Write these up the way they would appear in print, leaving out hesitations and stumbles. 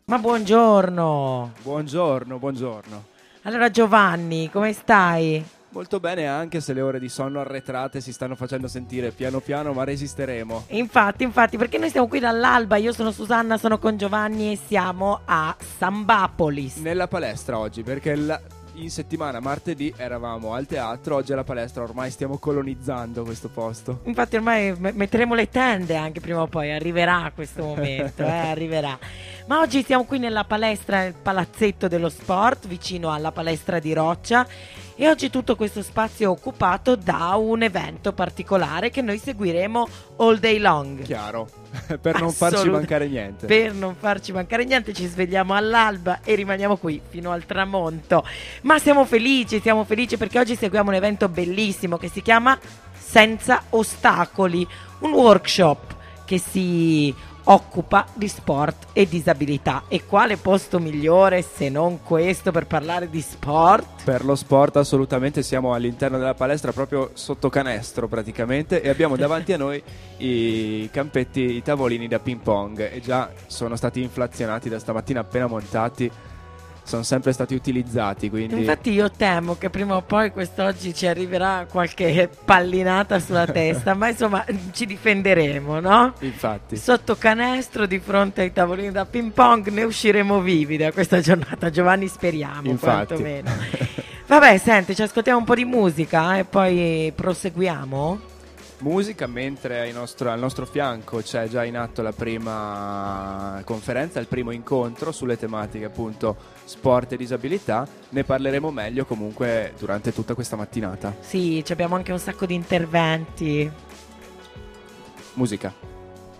Ma buongiorno. Buongiorno. Allora Giovanni, come stai? Molto bene, anche se le ore di sonno arretrate si stanno facendo sentire piano piano, ma resisteremo. Infatti, perché noi siamo qui dall'alba, io sono Susanna, sono con Giovanni e siamo a Sambapolis. Nella palestra oggi, perché in settimana, martedì, eravamo al teatro, oggi alla palestra, ormai stiamo colonizzando questo posto. Infatti ormai metteremo le tende anche prima o poi, arriverà questo momento, arriverà. Ma oggi siamo qui nella palestra, nel palazzetto dello sport, vicino alla palestra di Roccia. E oggi tutto questo spazio è occupato da un evento particolare che noi seguiremo all day long. Chiaro, per non farci mancare niente. Per non farci mancare niente ci svegliamo all'alba e rimaniamo qui fino al tramonto. Ma siamo felici perché oggi seguiamo un evento bellissimo che si chiama Senza Ostacoli, un workshop che si occupa di sport e disabilità. E quale posto migliore se non questo per parlare di sport? Per lo sport assolutamente, siamo all'interno della palestra proprio sotto canestro praticamente, e abbiamo davanti a noi i campetti, i tavolini da ping pong, e già sono stati inflazionati da stamattina appena montati. Sono sempre stati utilizzati, quindi... Infatti io temo che prima o poi quest'oggi ci arriverà qualche pallinata sulla testa, ma insomma ci difenderemo, no? Infatti. Sotto canestro di fronte ai tavolini da ping pong ne usciremo vivi da questa giornata, Giovanni, speriamo. Infatti. Quantomeno. Vabbè, senti, ci ascoltiamo un po' di musica e poi proseguiamo. Musica, mentre al nostro fianco c'è già in atto la prima conferenza, il primo incontro sulle tematiche appunto sport e disabilità. Ne parleremo meglio comunque durante tutta questa mattinata. Sì, abbiamo anche un sacco di interventi. Musica.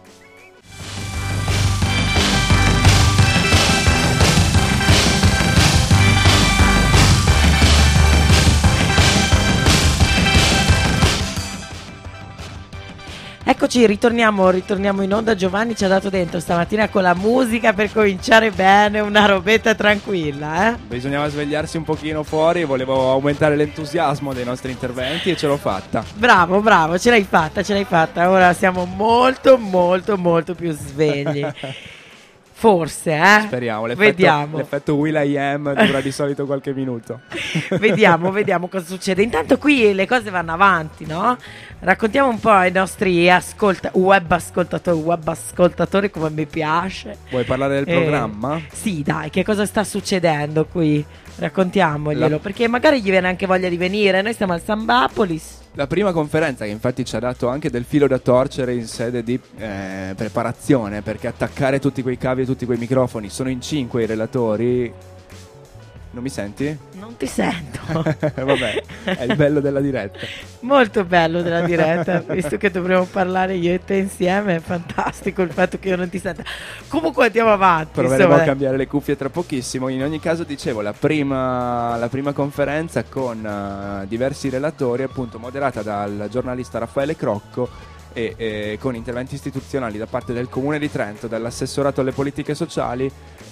Eccoci, ritorniamo in onda. Giovanni ci ha dato dentro stamattina con la musica per cominciare bene, una robetta tranquilla, Bisognava svegliarsi un pochino fuori, volevo aumentare l'entusiasmo dei nostri interventi e ce l'ho fatta. Bravo, ce l'hai fatta. Ora siamo molto più svegli. Forse, Speriamo, vediamo. L'effetto Will.i.am dura di solito qualche minuto. Vediamo cosa succede. Intanto qui le cose vanno avanti, no? Raccontiamo un po' ai nostri web ascoltatori come mi piace. Vuoi parlare del programma? Sì, dai, che cosa sta succedendo qui? Raccontiamoglielo, perché magari gli viene anche voglia di venire. Noi stiamo al Sambapolis. La prima conferenza, che infatti ci ha dato anche del filo da torcere in sede di preparazione, perché attaccare tutti quei cavi e tutti quei microfoni, sono in 5 i relatori. Non mi senti? Non ti sento. Vabbè, è il bello della diretta. Molto bello della diretta, visto che dovremo parlare io e te insieme. È fantastico il fatto che io non ti senta. Comunque andiamo avanti. Proveremo a cambiare le cuffie tra pochissimo. In ogni caso, dicevo, la prima conferenza con diversi relatori, appunto moderata dal giornalista Raffaele Crocco, e con interventi istituzionali da parte del Comune di Trento, dall'assessorato alle politiche sociali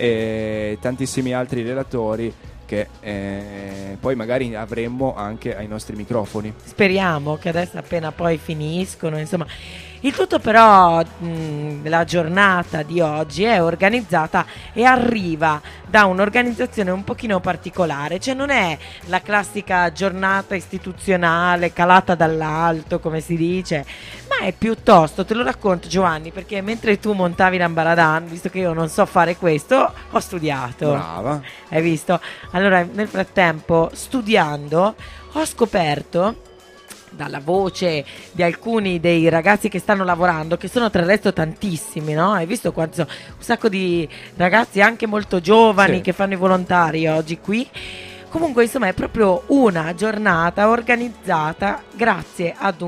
e tantissimi altri relatori che poi magari avremmo anche ai nostri microfoni. Speriamo che adesso appena poi finiscono, insomma. Il tutto però, la giornata di oggi è organizzata e arriva da un'organizzazione un pochino particolare, cioè non è la classica giornata istituzionale calata dall'alto, come si dice, ma è piuttosto, te lo racconto Giovanni, perché mentre tu montavi l'ambaradan, visto che io non so fare questo, ho studiato. Brava. Hai visto? Allora, nel frattempo, studiando, ho scoperto dalla voce di alcuni dei ragazzi che stanno lavorando, che sono tra l'altro tantissimi, no? Hai visto quanto un sacco di ragazzi anche molto giovani, sì, che fanno i volontari oggi qui. Comunque insomma è proprio una giornata organizzata grazie ad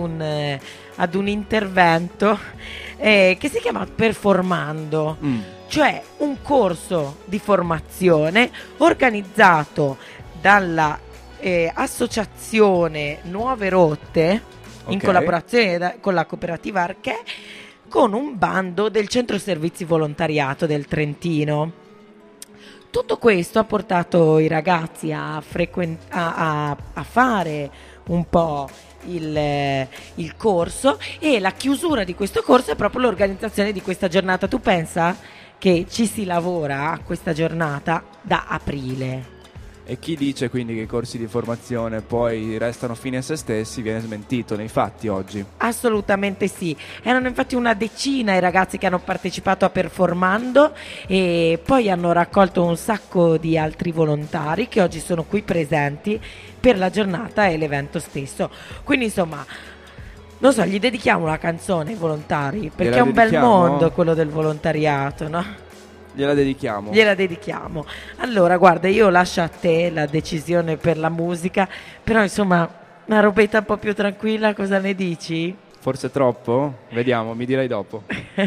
un intervento che si chiama Performando, cioè un corso di formazione organizzato dalla associazione Nuove Rotte, in collaborazione con la cooperativa Arché, con un bando del Centro Servizi Volontariato del Trentino. Tutto questo ha portato i ragazzi a fare un po' il corso, e la chiusura di questo corso è proprio l'organizzazione di questa giornata. Tu pensa che ci si lavora a questa giornata da aprile. E chi dice quindi che i corsi di formazione poi restano fini a se stessi viene smentito nei fatti oggi. Assolutamente sì, erano infatti una decina i ragazzi che hanno partecipato a Performando e poi hanno raccolto un sacco di altri volontari che oggi sono qui presenti per la giornata e l'evento stesso. Quindi insomma, non so, gli dedichiamo una canzone ai volontari perché è un bel mondo quello del volontariato, no? Gliela dedichiamo. Gliela dedichiamo. Allora, guarda, io lascio a te la decisione per la musica, però insomma, una robetta un po' più tranquilla, cosa ne dici? Forse troppo? Vediamo, mi dirai dopo.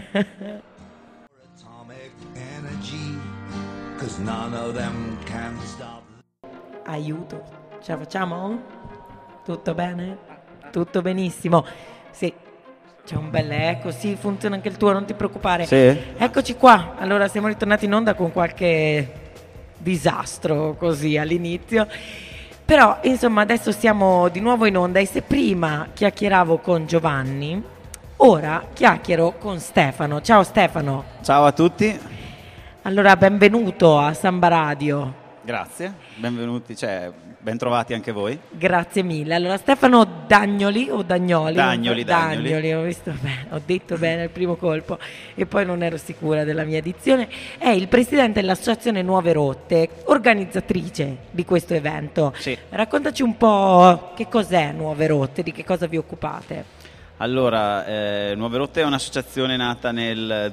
Aiuto, ce la facciamo? Tutto bene? Tutto benissimo. Sì. C'è un bel eco, sì, funziona anche il tuo, non ti preoccupare. Sì. Eccoci qua, allora siamo ritornati in onda con qualche disastro così all'inizio. Però, insomma, adesso siamo di nuovo in onda e se prima chiacchieravo con Giovanni, ora chiacchiero con Stefano. Ciao Stefano. Ciao a tutti. Allora, benvenuto a Samba Radio. Grazie, benvenuti, ben trovati anche voi. Grazie mille. Allora, Stefano Dagnoli o Dagnoli? Dagnoli. Ho visto bene, ho detto bene il primo colpo e poi non ero sicura della mia dizione. È il presidente dell'Associazione Nuove Rotte, organizzatrice di questo evento. Sì. Raccontaci un po' che cos'è Nuove Rotte, di che cosa vi occupate. Allora, Nuove Rotte è un'associazione nata nel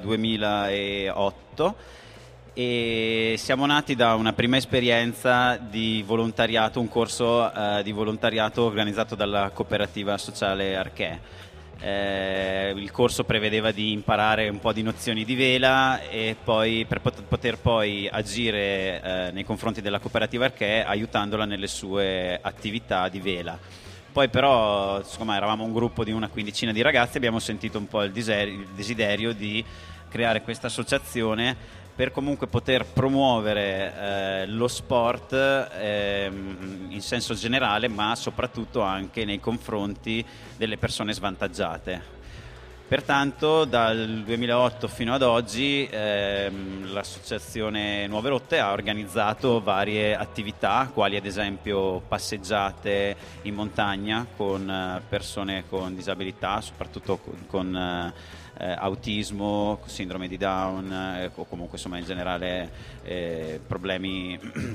2008 e siamo nati da una prima esperienza di volontariato, un corso di volontariato organizzato dalla cooperativa sociale Arché. Il corso prevedeva di imparare un po' di nozioni di vela e poi per poter poi agire nei confronti della cooperativa Arché aiutandola nelle sue attività di vela. Poi però insomma, eravamo un gruppo di una quindicina di ragazzi e abbiamo sentito un po' il desiderio di creare questa associazione per comunque poter promuovere lo sport in senso generale, ma soprattutto anche nei confronti delle persone svantaggiate. Pertanto dal 2008 fino ad oggi l'associazione Nuove Rotte ha organizzato varie attività, quali ad esempio passeggiate in montagna con persone con disabilità, soprattutto con autismo, sindrome di Down o comunque insomma in generale problemi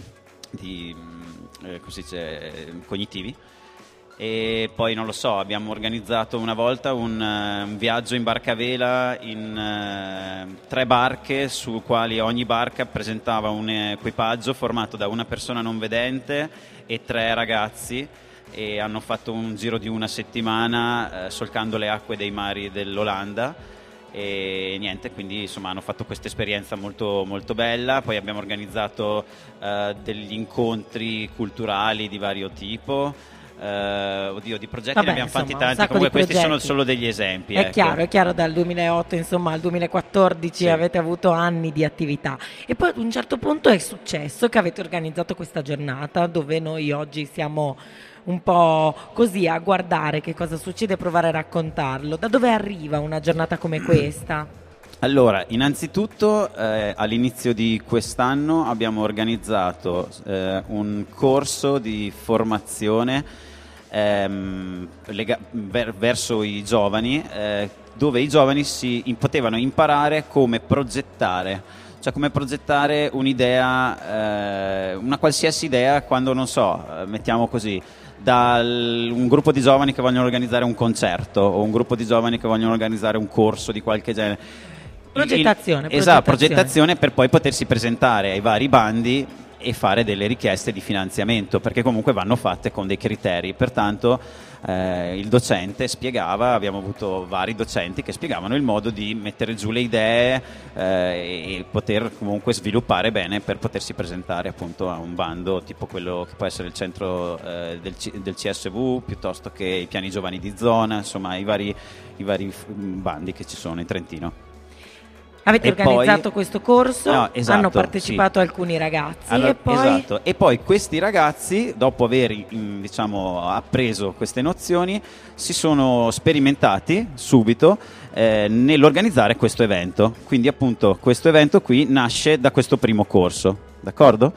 cognitivi. E poi non lo so, abbiamo organizzato una volta un viaggio in barcavela in 3 barche su quali ogni barca presentava un equipaggio formato da una persona non vedente e 3 ragazzi e hanno fatto un giro di una settimana solcando le acque dei mari dell'Olanda e niente, quindi insomma hanno fatto questa esperienza molto, molto bella. Poi abbiamo organizzato degli incontri culturali di vario tipo. Di progetti ne abbiamo fatti tanti, comunque questi sono solo degli esempi. È chiaro, dal 2008 insomma al 2014 sì. Avete avuto anni di attività e poi ad un certo punto è successo che avete organizzato questa giornata dove noi oggi siamo un po' così a guardare che cosa succede e provare a raccontarlo. Da dove arriva una giornata come questa? Allora, innanzitutto all'inizio di quest'anno abbiamo organizzato un corso di formazione verso i giovani dove i giovani potevano imparare come progettare, cioè come progettare un'idea, una qualsiasi idea quando non so, mettiamo così, un gruppo di giovani che vogliono organizzare un concerto o un gruppo di giovani che vogliono organizzare un corso di qualche genere. Esatto, progettazione per poi potersi presentare ai vari bandi e fare delle richieste di finanziamento, perché comunque vanno fatte con dei criteri. Pertanto il docente spiegava, abbiamo avuto vari docenti che spiegavano il modo di mettere giù le idee e poter comunque sviluppare bene per potersi presentare appunto a un bando tipo quello che può essere il centro del CSV piuttosto che i piani giovani di zona, insomma i vari bandi che ci sono in Trentino. Avete E organizzato poi- questo corso, No, esatto, hanno partecipato sì. alcuni ragazzi Allora, e poi... esatto. E poi questi ragazzi, dopo aver diciamo, appreso queste nozioni, si sono sperimentati subito nell'organizzare questo evento. Quindi appunto questo evento qui nasce da questo primo corso, d'accordo?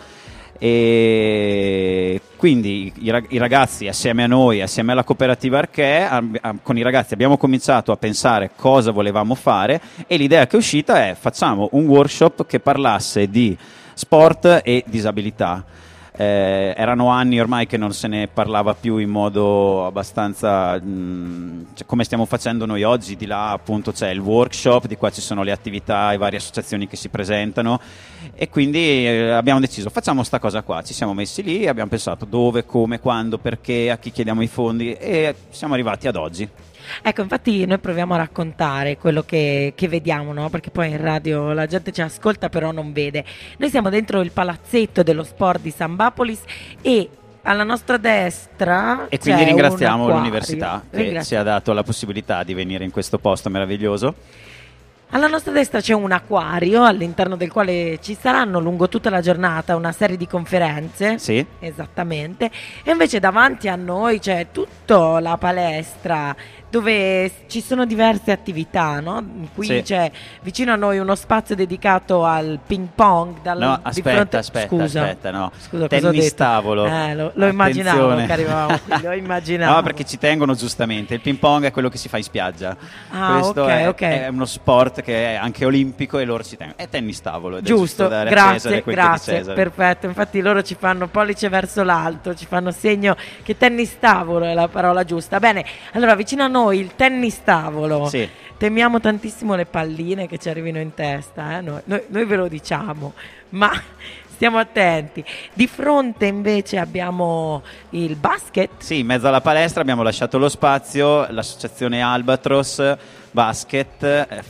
E quindi i ragazzi assieme a noi, assieme alla cooperativa Arché, con i ragazzi abbiamo cominciato a pensare cosa volevamo fare, e l'idea che è uscita è: facciamo un workshop che parlasse di sport e disabilità. Erano anni ormai che non se ne parlava più in modo abbastanza cioè, come stiamo facendo noi oggi. Di là appunto c'è il workshop, di qua ci sono le attività e varie associazioni che si presentano, e quindi abbiamo deciso facciamo sta cosa qua. Ci siamo messi lì, abbiamo pensato dove, come, quando, perché, a chi chiediamo i fondi, e siamo arrivati ad oggi. Ecco, infatti noi proviamo a raccontare quello che vediamo, no? Perché poi in radio la gente ci ascolta però non vede. Noi siamo dentro il palazzetto dello sport di Sambapolis e alla nostra destra E quindi c'è ringraziamo un acquario. l'università che ci ha dato la possibilità di venire in questo posto meraviglioso. Alla nostra destra c'è un acquario all'interno del quale ci saranno lungo tutta la giornata una serie di conferenze. Sì. Esattamente. E invece davanti a noi c'è tutta la palestra dove ci sono diverse attività, no? Qui Sì. c'è vicino a noi uno spazio dedicato al ping pong. No, di fronte... aspetta, Scusa, no. Scusa, cosa ho Tennis detto? tavolo. Lo immaginavo Attenzione. che arrivavamo qui, lo immaginavo. No, perché ci tengono giustamente. Il ping pong è quello che si fa in spiaggia. Ah, Questo ok, è, ok. è uno sport che è anche olimpico e loro ci tengono. È tennis tavolo. Ed è giusto Giusto, dare a Cesare grazie, quel che è di grazie, Cesare. perfetto. Infatti loro ci fanno pollice verso l'alto, ci fanno segno che tennis tavolo è la parola giusta. Bene, allora vicino a noi il tennis tavolo. Sì. Temiamo tantissimo le palline che ci arrivino in testa, noi ve lo diciamo, ma stiamo attenti. Di fronte invece abbiamo il basket. Sì, in mezzo alla palestra abbiamo lasciato lo spazio. L'associazione Albatros Basket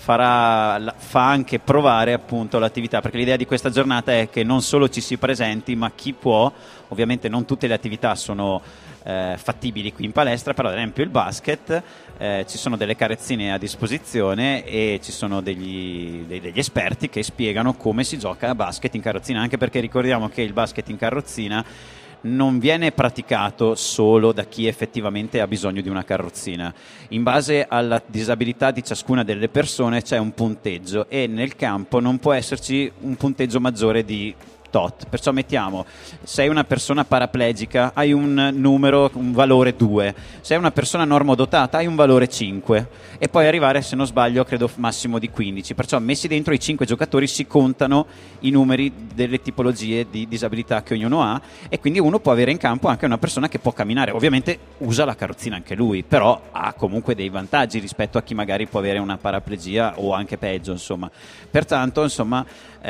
fa anche provare appunto l'attività, perché l'idea di questa giornata è che non solo ci si presenti, ma chi può. Ovviamente non tutte le attività sono fattibili qui in palestra, però ad esempio il basket, ci sono delle carrozzine a disposizione e ci sono degli esperti che spiegano come si gioca a basket in carrozzina, anche perché ricordiamo che il basket in carrozzina non viene praticato solo da chi effettivamente ha bisogno di una carrozzina. In base alla disabilità di ciascuna delle persone c'è un punteggio, e nel campo non può esserci un punteggio maggiore di tot. Perciò mettiamo, sei una persona paraplegica, hai un numero, un valore 2, sei una persona normodotata, hai un valore 5, e poi arrivare, se non sbaglio, credo massimo di 15. Perciò messi dentro i 5 giocatori si contano i numeri delle tipologie di disabilità che ognuno ha, e quindi uno può avere in campo anche una persona che può camminare. Ovviamente usa la carrozzina anche lui, però ha comunque dei vantaggi rispetto a chi magari può avere una paraplegia o anche peggio, insomma. Pertanto, insomma,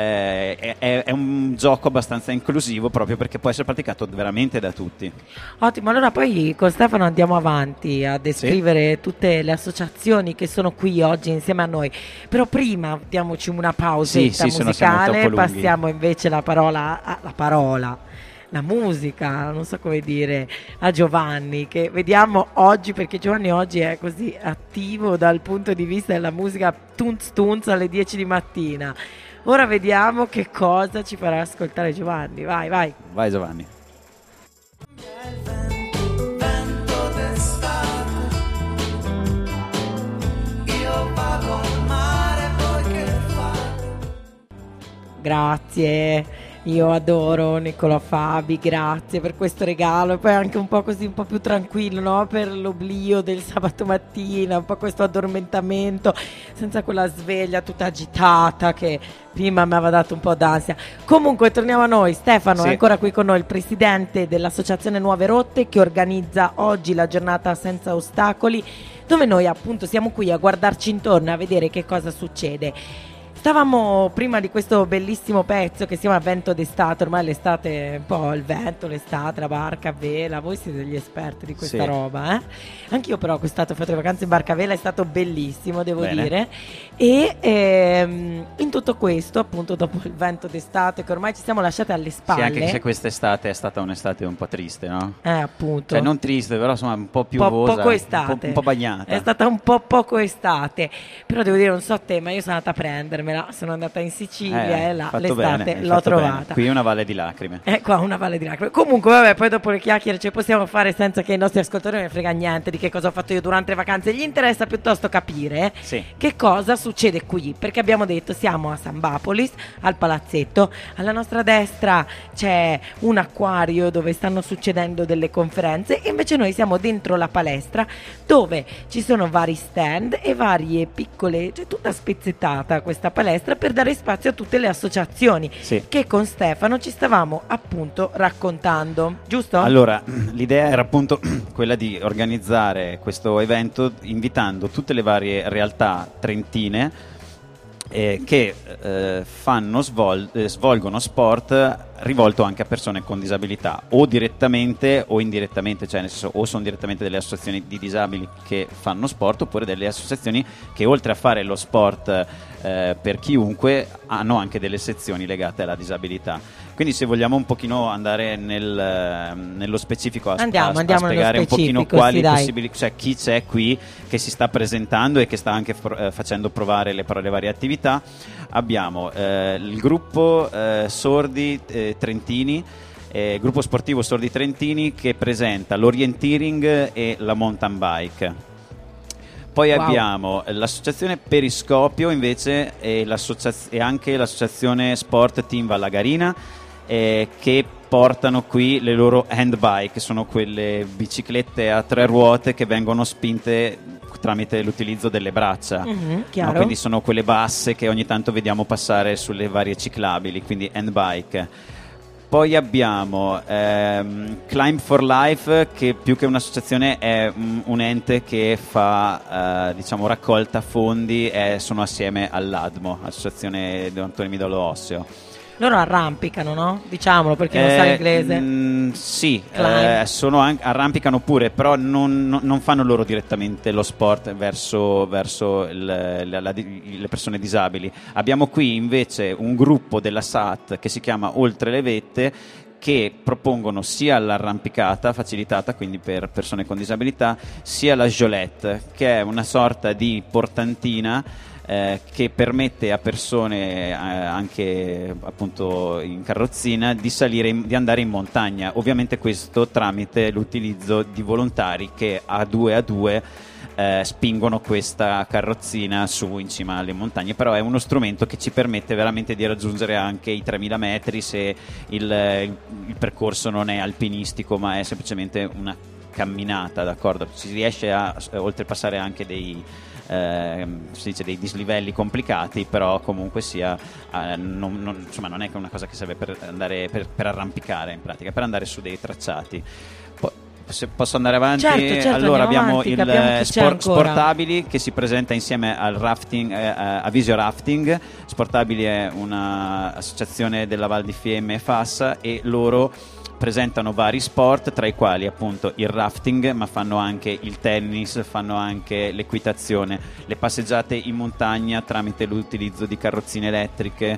è un gioco abbastanza inclusivo, proprio perché può essere praticato veramente da tutti. Ottimo, allora poi con Stefano andiamo avanti a descrivere tutte le associazioni che sono qui oggi insieme a noi, però prima diamoci una pausetta Sì, se no siamo musicale, troppo lunghi. passiamo invece la musica, non so come dire, a Giovanni, che vediamo oggi, perché Giovanni oggi è così attivo dal punto di vista della musica tunz tunz alle 10 di mattina. Ora vediamo che cosa ci farà ascoltare Giovanni. Vai, vai. Vai Giovanni. Vento d'estate, io vado al mare, poi che fate? Grazie, io adoro Nicola Fabi, grazie per questo regalo, e poi anche un po' così, un po' più tranquillo, no? Per l'oblio del sabato mattina, un po' questo addormentamento senza quella sveglia tutta agitata che prima mi aveva dato un po' d'ansia. Comunque torniamo a noi. Stefano Sì. è ancora qui con noi, il presidente dell'associazione Nuove Rotte, che organizza oggi la giornata senza ostacoli, dove noi appunto siamo qui a guardarci intorno e a vedere che cosa succede. Stavamo prima di questo bellissimo pezzo che si chiama Vento d'estate. Ormai l'estate è un po' il vento, l'estate, la barca a vela. Voi siete degli esperti di questa Sì. roba, eh? Anch'io però quest'estate ho fatto le vacanze in barca a vela, è stato bellissimo, devo Bene. dire. E in tutto questo, appunto, dopo il vento d'estate che ormai ci siamo lasciati alle Sì, spalle, anche se quest'estate è stata un'estate un po' triste, no? appunto, Cioè non triste, però insomma un po' piovosa, poco estate, un po' bagnata. è stata un po' poco estate, però devo dire, non so te, ma io sono andata a prendermela trovarmela, sono andata in Sicilia e là fatto l'estate bene, hai l'ho fatto bene. trovata. Qui è una valle di lacrime. Qua una valle di lacrime. Comunque, vabbè, poi dopo le chiacchiere ce possiamo fare senza che i nostri ascoltatori non ne frega niente di che cosa ho fatto io durante le vacanze. Gli interessa piuttosto capire Sì. che cosa succede qui, perché abbiamo detto siamo a Sambapolis, al palazzetto. Alla nostra destra c'è un acquario dove stanno succedendo delle conferenze, e invece noi siamo dentro la palestra dove ci sono vari stand e varie piccole, cioè tutta spezzettata questa palestra per dare spazio a tutte le associazioni Sì. che con Stefano ci stavamo appunto raccontando, giusto? Allora, l'idea era appunto quella di organizzare questo evento invitando tutte le varie realtà trentine che svolgono sport rivolto anche a persone con disabilità, o direttamente o indirettamente, cioè nel senso o sono direttamente delle associazioni di disabili che fanno sport, oppure delle associazioni che oltre a fare lo sport per chiunque hanno anche delle sezioni legate alla disabilità. Quindi se vogliamo un pochino andare nello specifico Andiamo a spiegare nello un pochino specifico, quali sì, dai. possibilità, cioè chi c'è qui che si sta presentando e che sta anche facendo provare le varie attività. Abbiamo il gruppo Sordi Trentini, gruppo sportivo Sordi Trentini, che presenta l'orienteering e la mountain bike. Poi Wow. abbiamo l'associazione Periscopio invece e anche l'associazione Sport Team Vallagarina, che portano qui le loro handbike, che sono quelle biciclette a 3 ruote che vengono spinte tramite l'utilizzo delle braccia. Chiaro. Quindi sono quelle basse che ogni tanto vediamo passare sulle varie ciclabili, quindi handbike. Poi abbiamo Climb for Life, che più che un'associazione è un ente che fa raccolta fondi, sono assieme all'Admo, Associazione di Antonio Midolo Osseo. Loro arrampicano, no? Diciamolo perché non sa l'inglese. Sì, Climb. arrampicano pure, però non fanno loro direttamente lo sport verso le persone disabili. Abbiamo qui invece un gruppo della SAT che si chiama Oltre le Vette, che propongono sia l'arrampicata facilitata, quindi per persone con disabilità, sia la jolette, che è una sorta di portantina che permette a persone anche appunto in carrozzina di andare in montagna. Ovviamente questo tramite l'utilizzo di volontari che a due spingono questa carrozzina su in cima alle montagne. Però è uno strumento che ci permette veramente di raggiungere anche i 3000 metri se il percorso non è alpinistico ma è semplicemente una camminata, d'accordo? Si riesce a oltrepassare anche dei dislivelli complicati, però comunque sia non è che una cosa che serve per andare per arrampicare, in pratica per andare su dei tracciati. Se posso andare avanti? Certo, allora andiamo abbiamo avanti, chi c'è ancora? Sportabili, che si presenta insieme al rafting, a Visio Rafting. Sportabili è un'associazione della Val di Fiemme e Fassa, e loro presentano vari sport, tra i quali appunto il rafting, ma fanno anche il tennis, fanno anche l'equitazione, le passeggiate in montagna tramite l'utilizzo di carrozzine elettriche,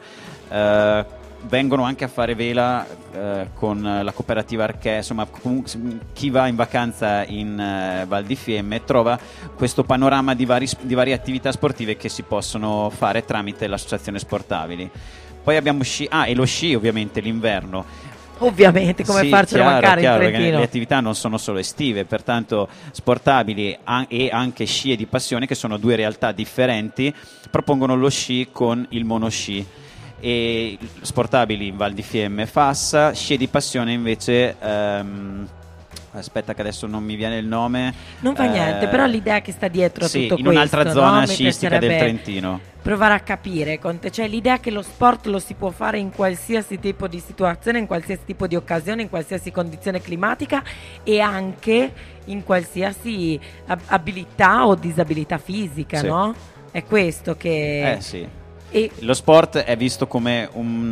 vengono anche a fare vela con la cooperativa Arché. Insomma, chi va in vacanza in Val di Fiemme trova questo panorama di varie attività sportive che si possono fare tramite l'associazione Sportabili. Poi abbiamo sci, e lo sci ovviamente l'inverno. Ovviamente, come Sì, farcelo mancare in perché Trentino? le attività non sono solo estive, pertanto Sportabili e anche Sci e di Passione, che sono due realtà differenti, propongono lo sci con il monosci. E Sportabili in Val di Fiemme, Fassa, Sci e di Passione invece aspetta che adesso non mi viene il nome. Non fa niente, però l'idea che sta dietro a sì, tutto in questo, un'altra no? zona Mi sciistica del piacerebbe Trentino. provare a capire con te, cioè l'idea che lo sport lo si può fare in qualsiasi tipo di situazione, in qualsiasi tipo di occasione, in qualsiasi condizione climatica e anche in qualsiasi abilità o disabilità fisica, Sì. no? È questo che... Sì. E Lo sport è visto come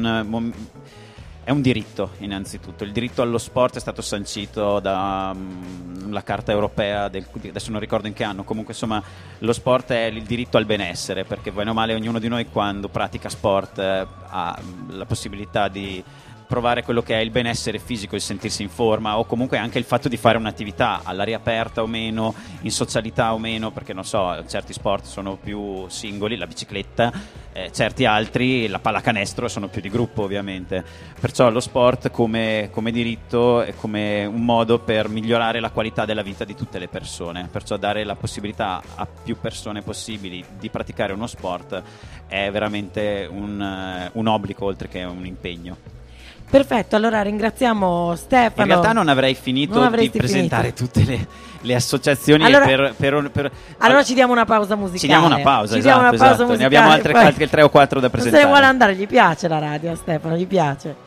è un diritto, innanzitutto. Il diritto allo sport è stato sancito dalla Carta Europea adesso non ricordo in che anno. Comunque insomma lo sport è il diritto al benessere, perché bene o male ognuno di noi quando pratica sport ha la possibilità di provare quello che è il benessere fisico, il sentirsi in forma, o comunque anche il fatto di fare un'attività all'aria aperta o meno, in socialità o meno, perché non so, certi sport sono più singoli, la bicicletta, certi altri, la pallacanestro, sono più di gruppo ovviamente. Perciò lo sport come diritto e come un modo per migliorare la qualità della vita di tutte le persone, perciò dare la possibilità a più persone possibili di praticare uno sport è veramente un obbligo oltre che un impegno. Perfetto, allora ringraziamo Stefano. In realtà non avrei finito di presentare tutte le associazioni. Allora, per allora ci diamo una pausa musicale. Ci diamo una pausa, ci diamo una pausa esatto. musicale. Ne abbiamo altre 3 o 4 da Non presentare. se ne vuole andare, gli piace la radio a Stefano, gli piace.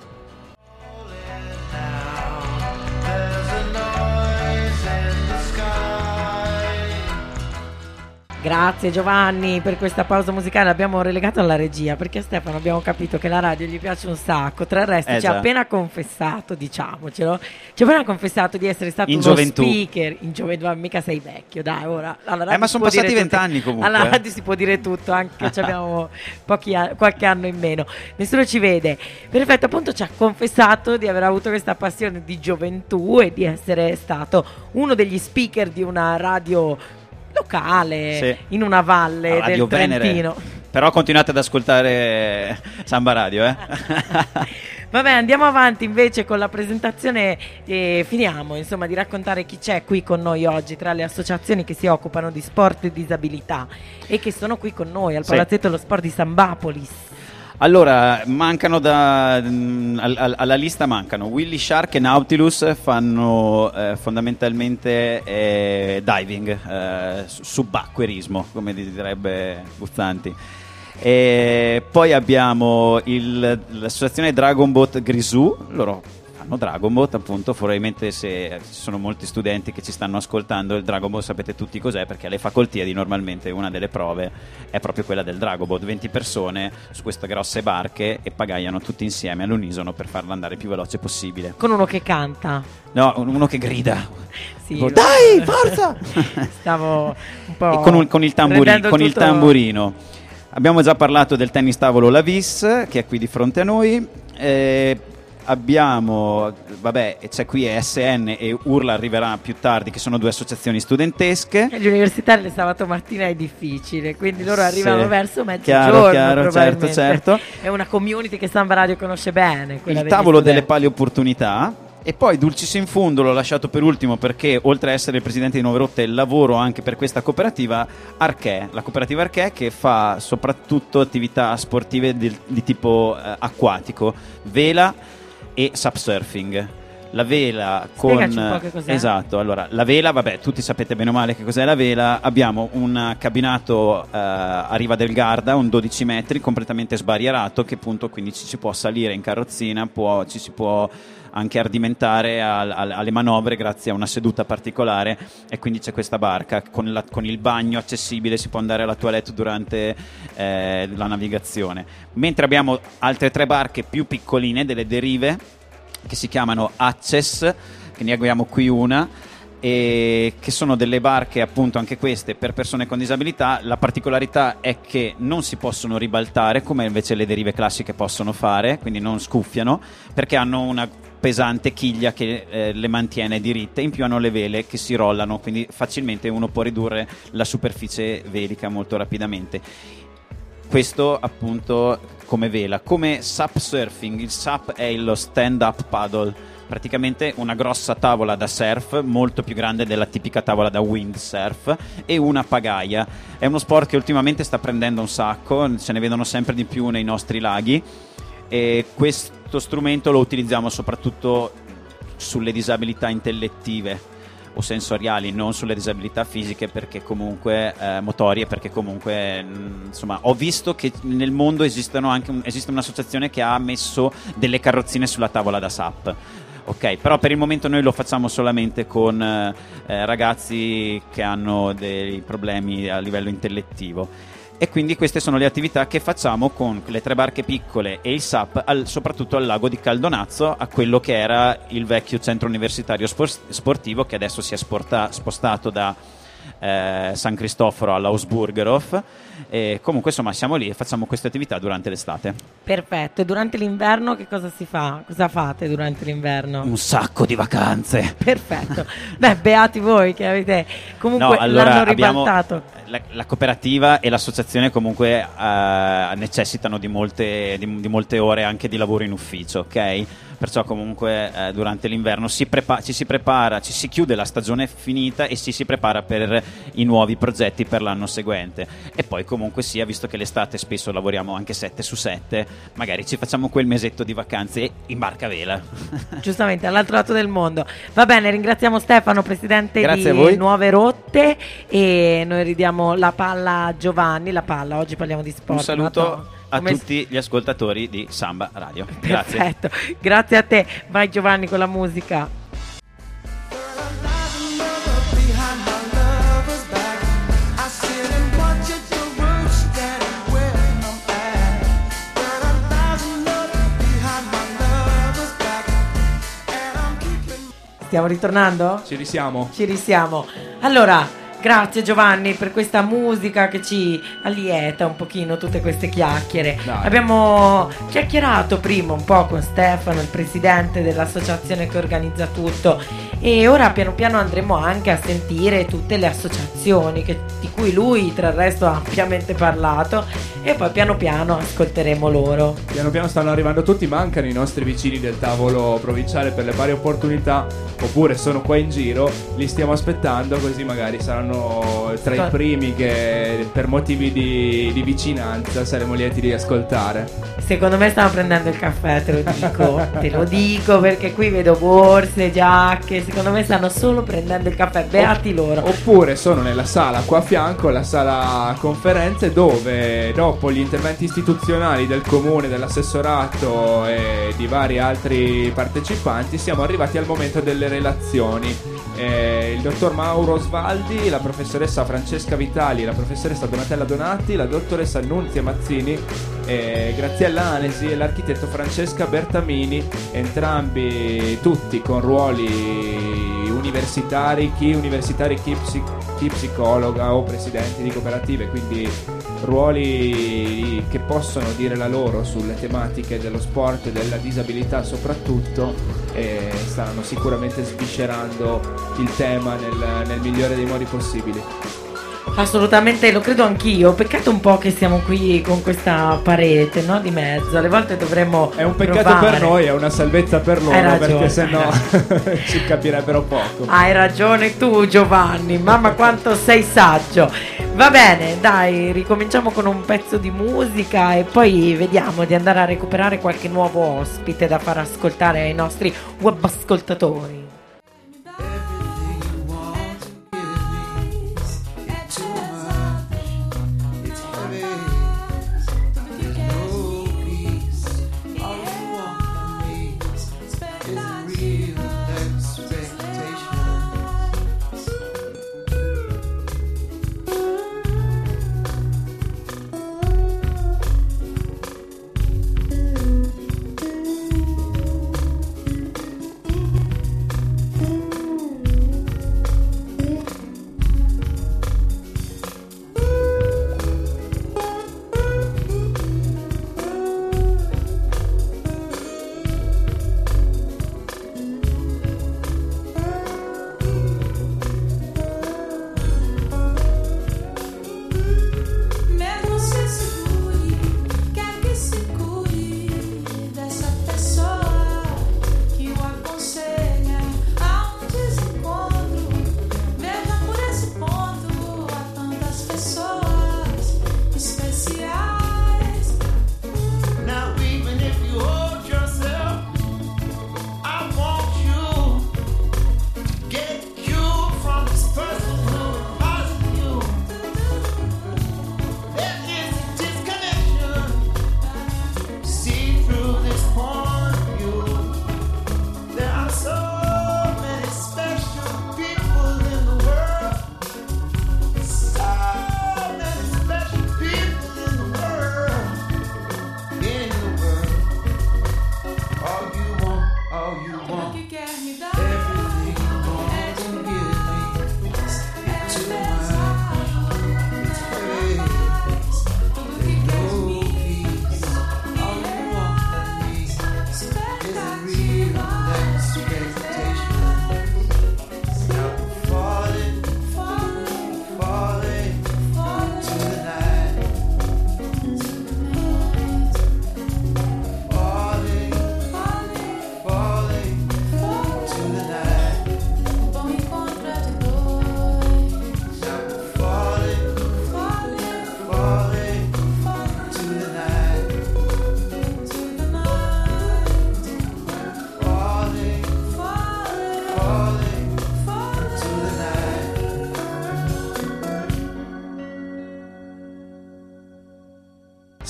Grazie Giovanni per questa pausa musicale, l'abbiamo relegato alla regia perché a Stefano abbiamo capito che la radio gli piace un sacco. Tra il resto ci ha appena confessato, diciamocelo, ci ha appena confessato di essere stato uno speaker in gioventù. Mica sei vecchio, dai, ora ma sono passati 20 anni comunque. Alla radio si può dire tutto, anche se abbiamo qualche anno in meno, nessuno ci vede. Perfetto, appunto ci ha confessato di aver avuto questa passione di gioventù e di essere stato uno degli speaker di una radio locale, sì, in una valle del Trentino. Però continuate ad ascoltare Samba Radio, Vabbè, andiamo avanti invece con la presentazione e finiamo insomma di raccontare chi c'è qui con noi oggi tra le associazioni che si occupano di sport e disabilità e che sono qui con noi al Palazzetto dello Sport di Sambapolis. Allora, mancano alla lista mancano Willy Shark e Nautilus, fanno fondamentalmente diving, subacquerismo, come direbbe Buzzanti. E poi abbiamo l'associazione Dragonboat Grisù, loro fanno Dragonboat, appunto. Probabilmente se ci sono molti studenti che ci stanno ascoltando, il Dragonboat sapete tutti cos'è, perché alle facoltadi normalmente una delle prove è proprio quella del Dragonboat, 20 persone su queste grosse barche e pagaiano tutti insieme all'unisono per farla andare il più veloce possibile. Con uno che canta? No, uno che grida. Sì, dai, forza! Stavo un po' con il tamburino. Abbiamo già parlato del tennis tavolo La Vis, che è qui di fronte a noi. Abbiamo, c'è qui ESN e Urla arriverà più tardi, che sono 2 associazioni studentesche. Gli universitari il sabato mattina è difficile, quindi loro arrivano verso mezzogiorno. Chiaro, certo. È una community che Samba Radio conosce bene. Il tavolo delle pali opportunità. E poi Dulcis in Fundo l'ho lasciato per ultimo perché oltre a essere il presidente di Nuove Rotte lavoro anche per questa cooperativa Arché, la cooperativa Arché, che fa soprattutto attività sportive di tipo acquatico, vela e subsurfing. La vela spiegaci un po' che cos'è. Esatto, allora la vela, tutti sapete bene o male che cos'è la vela. Abbiamo un cabinato a riva del Garda, un 12 metri completamente sbarrierato, che appunto quindi ci si può salire in carrozzina, ci si può anche ardimentare alle manovre grazie a una seduta particolare, e quindi c'è questa barca con il bagno accessibile, si può andare alla toilette durante la navigazione. Mentre abbiamo altre 3 barche più piccoline, delle derive, che si chiamano Access, che ne abbiamo qui una, e che sono delle barche appunto anche queste per persone con disabilità. La particolarità è che non si possono ribaltare come invece le derive classiche possono fare, quindi non scuffiano, perché hanno una pesante chiglia che le mantiene diritte, in più hanno le vele che si rollano, quindi facilmente uno può ridurre la superficie velica molto rapidamente. Questo appunto come vela. Come SUP surfing, il SUP è lo stand up paddle, praticamente una grossa tavola da surf, molto più grande della tipica tavola da windsurf, e una pagaia. È uno sport che ultimamente sta prendendo un sacco, se ne vedono sempre di più nei nostri laghi, e questo strumento lo utilizziamo soprattutto sulle disabilità intellettive o sensoriali, non sulle disabilità fisiche, perché comunque motorie, perché comunque insomma ho visto che nel mondo esiste un'associazione che ha messo delle carrozzine sulla tavola da SUP. Ok, però per il momento noi lo facciamo solamente con ragazzi che hanno dei problemi a livello intellettivo. E quindi queste sono le attività che facciamo con le 3 barche piccole e il SUP, soprattutto al lago di Caldonazzo, a quello che era il vecchio centro universitario sportivo, che adesso si è spostato da San Cristoforo all'Ausburgerhof. E comunque insomma siamo lì e facciamo queste attività durante l'estate. Perfetto, e durante l'inverno che cosa si fa? Cosa fate durante l'inverno? Un sacco di vacanze. Perfetto, beh, beati voi che avete comunque No, allora l'hanno abbiamo ribaltato. la cooperativa e l'associazione comunque necessitano di molte ore anche di lavoro in ufficio, ok? Perciò comunque durante l'inverno ci si prepara, ci si chiude la stagione finita e ci si prepara per i nuovi progetti per l'anno seguente. E poi comunque sia, visto che l'estate spesso lavoriamo anche 7/7, magari ci facciamo quel mesetto di vacanze in barca a vela. Giustamente, all'altro lato del mondo. Va bene, ringraziamo Stefano, presidente Grazie a di voi. Nuove Rotte, e noi ridiamo la palla a Giovanni. oggi parliamo di sport. Un saluto ma a come- tutti gli ascoltatori di Samba Radio. Grazie. Perfetto, grazie a te. Vai Giovanni con la musica. Behind my lover's back, I sit and watch it to roots getting where I'm at. Got a thousand lovers behind my lover's back, and I'm keeping. Stiamo ritornando? Ci risiamo. Ci risiamo. Allora, grazie Giovanni per questa musica che ci allieta un pochino tutte queste chiacchiere. Dai. Abbiamo chiacchierato prima un po' con Stefano, il presidente dell'associazione che organizza tutto, e ora piano piano andremo anche a sentire tutte le associazioni di cui lui tra il resto ha ampiamente parlato, e poi piano piano ascolteremo loro. Piano piano stanno arrivando tutti, mancano i nostri vicini del tavolo provinciale per le pari opportunità, oppure sono qua in giro, li stiamo aspettando, così magari saranno tra i primi che per motivi di vicinanza saremo lieti di ascoltare. Secondo me stanno prendendo il caffè, te lo dico, te lo dico, perché qui vedo borse, giacche, secondo me stanno solo prendendo il caffè, beati loro. Oppure sono nella sala qua a fianco, la sala conferenze, dove dopo gli interventi istituzionali del comune, dell'assessorato e di vari altri partecipanti siamo arrivati al momento delle relazioni. Il dottor Mauro Svaldi, la professoressa Francesca Vitali, la professoressa Donatella Donati, la dottoressa Nunzia Mazzini, Graziella Anesi e l'architetto Francesca Bertamini, entrambi tutti con ruoli universitari, chi psicologa o presidenti di cooperative, quindi ruoli che possono dire la loro sulle tematiche dello sport e della disabilità soprattutto, e stanno sicuramente sviscerando il tema nel migliore dei modi possibili. Assolutamente, lo credo anch'io. Peccato un po' che siamo qui con questa parete, no, di mezzo. Alle volte dovremmo È un peccato provare. per noi, è una salvezza per loro, Hai ragione, perché sennò hai ci capirebbero poco. Hai ragione tu Giovanni, mamma quanto sei saggio. Va bene, dai, ricominciamo con un pezzo di musica e poi vediamo di andare a recuperare qualche nuovo ospite da far ascoltare ai nostri web ascoltatori. Everything you want to give me, it's too much, it's heavy, there's no peace. All you want from me is real expectations.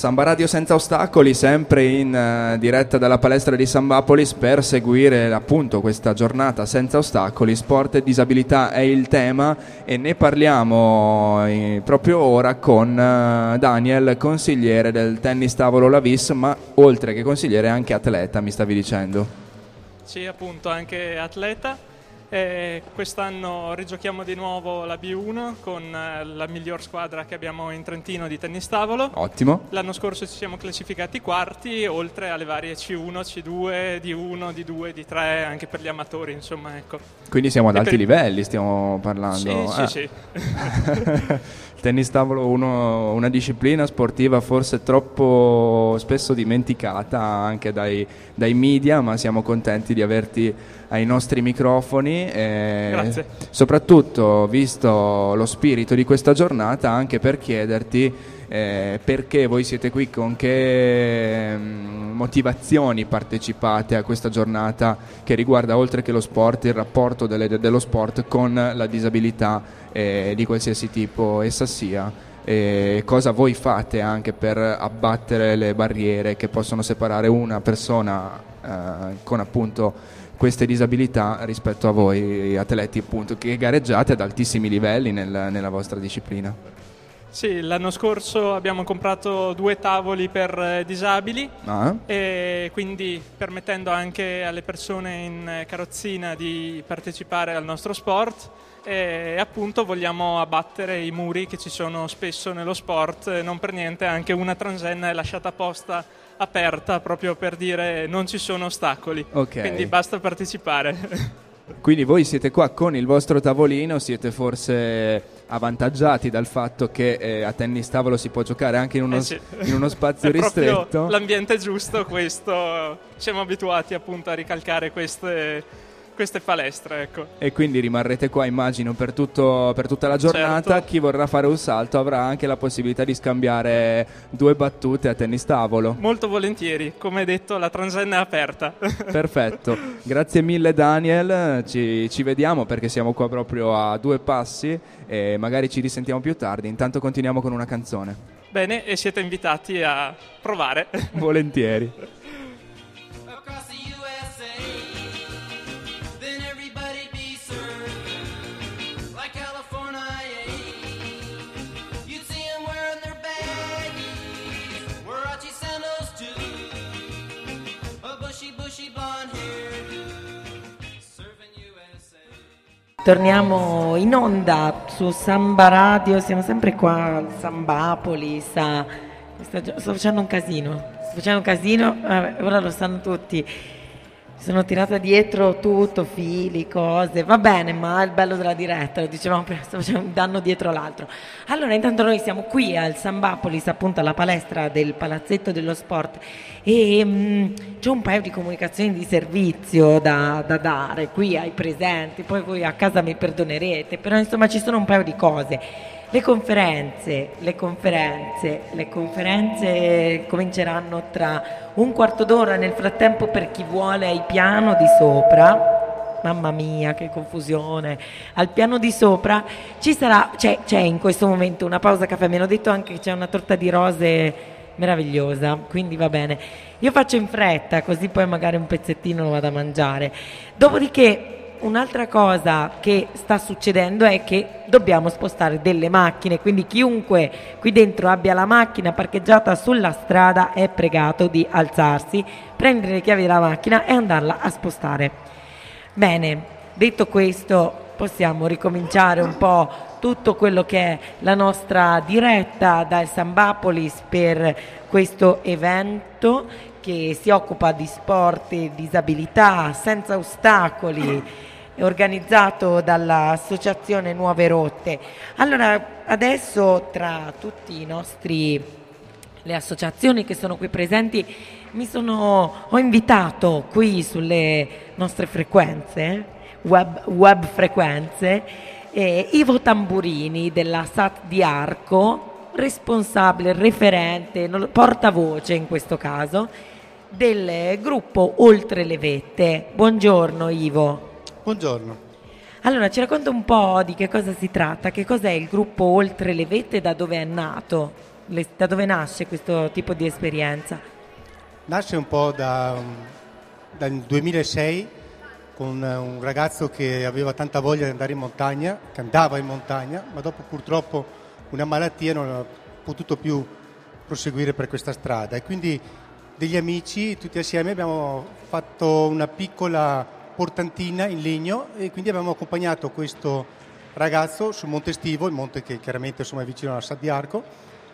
Samba Radio senza ostacoli, sempre in diretta dalla palestra di Sambapolis per seguire appunto questa giornata senza ostacoli. Sport e disabilità è il tema e ne parliamo proprio ora con Daniel, consigliere del tennis tavolo La Vis, ma oltre che consigliere anche atleta, mi stavi dicendo. Sì, appunto, anche atleta. Quest'anno rigiochiamo di nuovo la B1 con la miglior squadra che abbiamo in Trentino di tennis tavolo. Ottimo. L'anno scorso ci siamo classificati quarti, oltre alle varie C1, C2, D1, D2, D3, anche per gli amatori, insomma, ecco. Quindi siamo ad alti livelli, stiamo parlando. Sì. Tennis tavolo, una disciplina sportiva forse troppo spesso dimenticata anche dai media, ma siamo contenti di averti ai nostri microfoni. Grazie. Soprattutto, visto lo spirito di questa giornata, anche per chiederti perché voi siete qui, con che motivazioni partecipate a questa giornata che riguarda, oltre che lo sport, il rapporto dello sport con la disabilità di qualsiasi tipo essa sia, e cosa voi fate anche per abbattere le barriere che possono separare una persona con appunto queste disabilità rispetto a voi atleti, appunto, che gareggiate ad altissimi livelli nella vostra disciplina. Sì, l'anno scorso abbiamo comprato 2 tavoli per disabili, e quindi permettendo anche alle persone in carrozzina di partecipare al nostro sport. E appunto vogliamo abbattere i muri che ci sono spesso nello sport, non per niente anche una transenna è lasciata apposta aperta proprio per dire non ci sono ostacoli, quindi basta partecipare. Quindi voi siete qua con il vostro tavolino, siete forse avvantaggiati dal fatto che a tennis tavolo si può giocare anche in uno spazio ristretto. Proprio l'ambiente giusto, questo siamo abituati appunto a ricalcare queste palestre, ecco. E quindi rimarrete qua, immagino, per tutta la giornata. Certo. Chi vorrà fare un salto avrà anche la possibilità di scambiare 2 battute a tennis tavolo. Molto volentieri, come detto la transenna è aperta. Perfetto, grazie mille Daniel, ci vediamo perché siamo qua proprio a 2 passi e magari ci risentiamo più tardi. Intanto continuiamo con una canzone. Bene, e siete invitati a provare. Volentieri. Across the USA, then everybody be served like California. You'd see them wearing their baggies, Warachi sandals too, a bushy blonde hair, serving USA. Torniamo in onda su Samba Radio, siamo sempre qua al Sambapolis. Sto facendo un casino, ora lo sanno tutti. Mi sono tirata dietro tutto, fili, cose, va bene, ma è il bello della diretta, lo dicevamo prima, sto facendo un danno dietro l'altro. Allora, intanto noi siamo qui al Sambapolis, appunto alla palestra del Palazzetto dello Sport, e c'è un paio di comunicazioni di servizio da dare qui ai presenti, poi voi a casa mi perdonerete, però insomma ci sono un paio di cose. Le conferenze cominceranno tra un quarto d'ora. Nel frattempo, per chi vuole, ai piano di sopra, mamma mia che confusione, al piano di sopra c'è in questo momento una pausa caffè. Mi hanno detto anche che c'è una torta di rose meravigliosa, quindi va bene, io faccio in fretta così poi magari un pezzettino lo vado a mangiare. Dopodiché un'altra cosa che sta succedendo è che dobbiamo spostare delle macchine, quindi chiunque qui dentro abbia la macchina parcheggiata sulla strada è pregato di alzarsi, prendere le chiavi della macchina e andarla a spostare. Bene, detto questo, possiamo ricominciare un po' tutto quello che è la nostra diretta dal Sambapolis per questo evento che si occupa di sport e disabilità senza ostacoli, organizzato dall'associazione Nuove Rotte. Allora, adesso tra tutti le associazioni che sono qui presenti ho invitato qui sulle nostre frequenze, web frequenze, Ivo Tamburini della SAT di Arco, responsabile, referente, portavoce in questo caso, del gruppo Oltre le Vette. Buongiorno Ivo. Buongiorno. Allora, ci racconta un po' di che cosa si tratta, che cos'è il gruppo Oltre le Vette e da dove è nato? Da dove nasce questo tipo di esperienza? Nasce un po' dal 2006 con un ragazzo che aveva tanta voglia di andare in montagna, che andava in montagna, ma dopo purtroppo una malattia non ha potuto più proseguire per questa strada, e quindi degli amici tutti assieme abbiamo fatto una piccola portantina in legno, e quindi abbiamo accompagnato questo ragazzo sul Monte Stivo, il monte che chiaramente insomma è vicino alla Sat di Arco,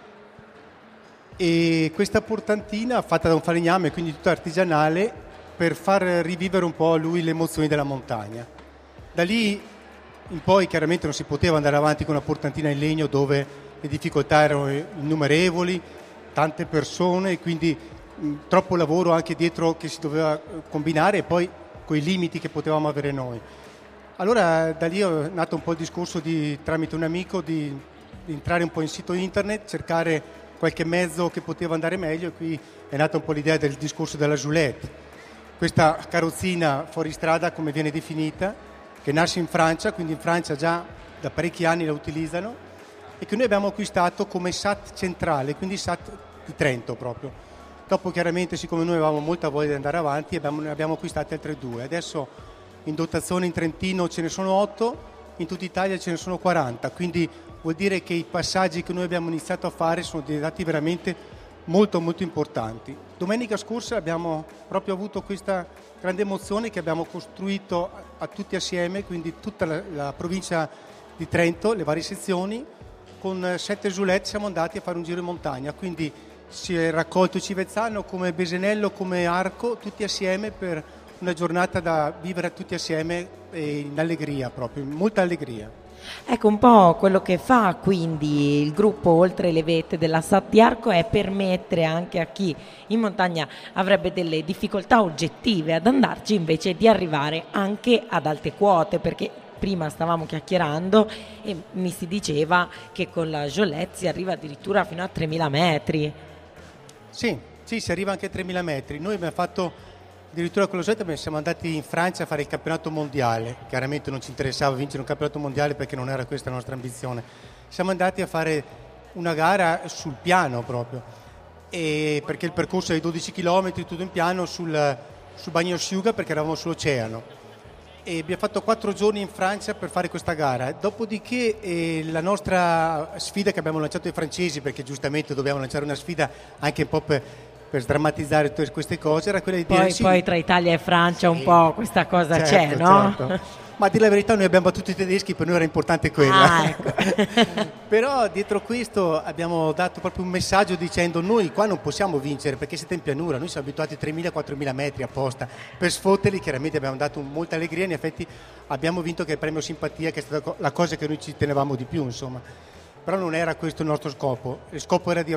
e questa portantina fatta da un falegname, quindi tutta artigianale, per far rivivere un po' a lui le emozioni della montagna. Da lì in poi chiaramente non si poteva andare avanti con una portantina in legno dove le difficoltà erano innumerevoli, tante persone, e quindi troppo lavoro anche dietro che si doveva combinare, e poi coi limiti che potevamo avere noi. Allora da lì è nato un po' il discorso tramite un amico di entrare un po' in sito internet, cercare qualche mezzo che poteva andare meglio, e qui è nata un po' l'idea del discorso della Joulette, questa carrozzina fuoristrada come viene definita, che nasce in Francia, quindi in Francia già da parecchi anni la utilizzano, e che noi abbiamo acquistato come SAT centrale, quindi SAT di Trento proprio. Dopo chiaramente, siccome noi avevamo molta voglia di andare avanti, ne abbiamo acquistate altre 2. Adesso in dotazione in Trentino ce ne sono 8, in tutta Italia ce ne sono 40, quindi vuol dire che i passaggi che noi abbiamo iniziato a fare sono diventati veramente molto molto importanti. Domenica scorsa abbiamo proprio avuto questa grande emozione che abbiamo costruito a tutti assieme, quindi tutta la provincia di Trento, le varie sezioni, con 7 Joulette siamo andati a fare un giro in montagna, quindi si è raccolto Civezzano come Besenello, come Arco, tutti assieme per una giornata da vivere tutti assieme in allegria, proprio, in molta allegria. Ecco, un po' quello che fa quindi il gruppo Oltre le Vette della Sat di Arco è permettere anche a chi in montagna avrebbe delle difficoltà oggettive ad andarci, invece di arrivare anche ad alte quote, perché prima stavamo chiacchierando e mi si diceva che con la Joulette si arriva addirittura fino a 3.000 metri. Sì, si arriva anche a 3.000 metri. Noi abbiamo fatto addirittura con la Joulette, siamo andati in Francia a fare il campionato mondiale. Chiaramente non ci interessava vincere un campionato mondiale perché non era questa la nostra ambizione. Siamo andati a fare una gara sul piano proprio, e perché il percorso è di 12 km, tutto in piano sul bagnosciuga, perché eravamo sull'oceano. E abbiamo fatto 4 giorni in Francia per fare questa gara. Dopodiché la nostra sfida che abbiamo lanciato ai francesi, perché giustamente dobbiamo lanciare una sfida anche un po' per sdrammatizzare tutte queste cose, era quella di dire poi tra Italia e Francia un po' questa cosa c'è, no? Certo. Ma a dire la verità noi abbiamo battuto i tedeschi, per noi era importante quella. Ecco. Però dietro questo abbiamo dato proprio un messaggio dicendo: noi qua non possiamo vincere perché siete in pianura, noi siamo abituati a 3.000-4.000 metri apposta, per sfotterli chiaramente abbiamo dato molta allegria, in effetti abbiamo vinto che il premio simpatia, che è stata la cosa che noi ci tenevamo di più, insomma. Però non era questo il nostro scopo, il scopo era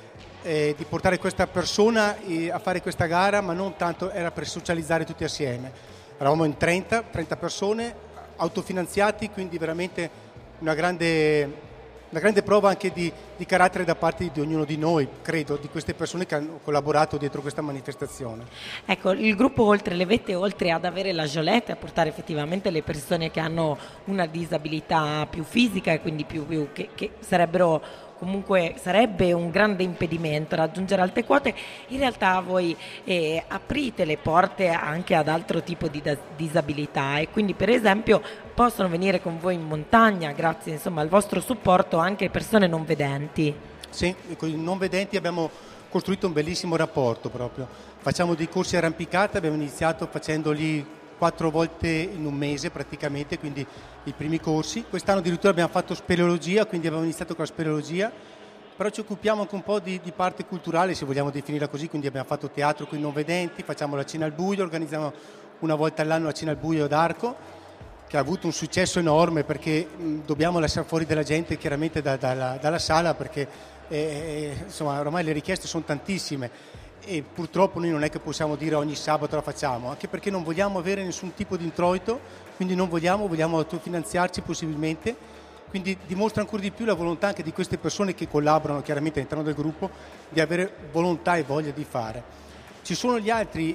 di portare questa persona a fare questa gara, ma non tanto, era per socializzare tutti assieme. Eravamo in 30 persone, autofinanziati, quindi veramente una grande prova anche di carattere da parte di ognuno di noi, credo, di queste persone che hanno collaborato dietro questa manifestazione. Ecco, il gruppo Oltre le Vette, oltre ad avere la Joulette, a portare effettivamente le persone che hanno una disabilità più fisica e quindi che sarebbero comunque sarebbe un grande impedimento raggiungere alte quote, in realtà voi aprite le porte anche ad altro tipo di disabilità, e quindi per esempio possono venire con voi in montagna grazie insomma al vostro supporto anche persone non vedenti. Sì, con i non vedenti abbiamo costruito un bellissimo rapporto proprio. Facciamo dei corsi arrampicata, abbiamo iniziato facendoli 4 volte in un mese praticamente, quindi i primi corsi. Quest'anno addirittura abbiamo fatto speleologia, quindi abbiamo iniziato con la speleologia, però ci occupiamo anche un po' di parte culturale, se vogliamo definirla così, quindi abbiamo fatto teatro con i non vedenti, facciamo la cena al buio, organizziamo una volta all'anno la cena al buio ad Arco, che ha avuto un successo enorme perché dobbiamo lasciare fuori della gente chiaramente dalla sala, perché insomma ormai le richieste sono tantissime. E purtroppo noi non è che possiamo dire ogni sabato la facciamo, anche perché non vogliamo avere nessun tipo di introito, quindi non vogliamo autofinanziarci possibilmente, quindi dimostra ancora di più la volontà anche di queste persone che collaborano chiaramente all'interno del gruppo, di avere volontà e voglia di fare. Ci sono gli altri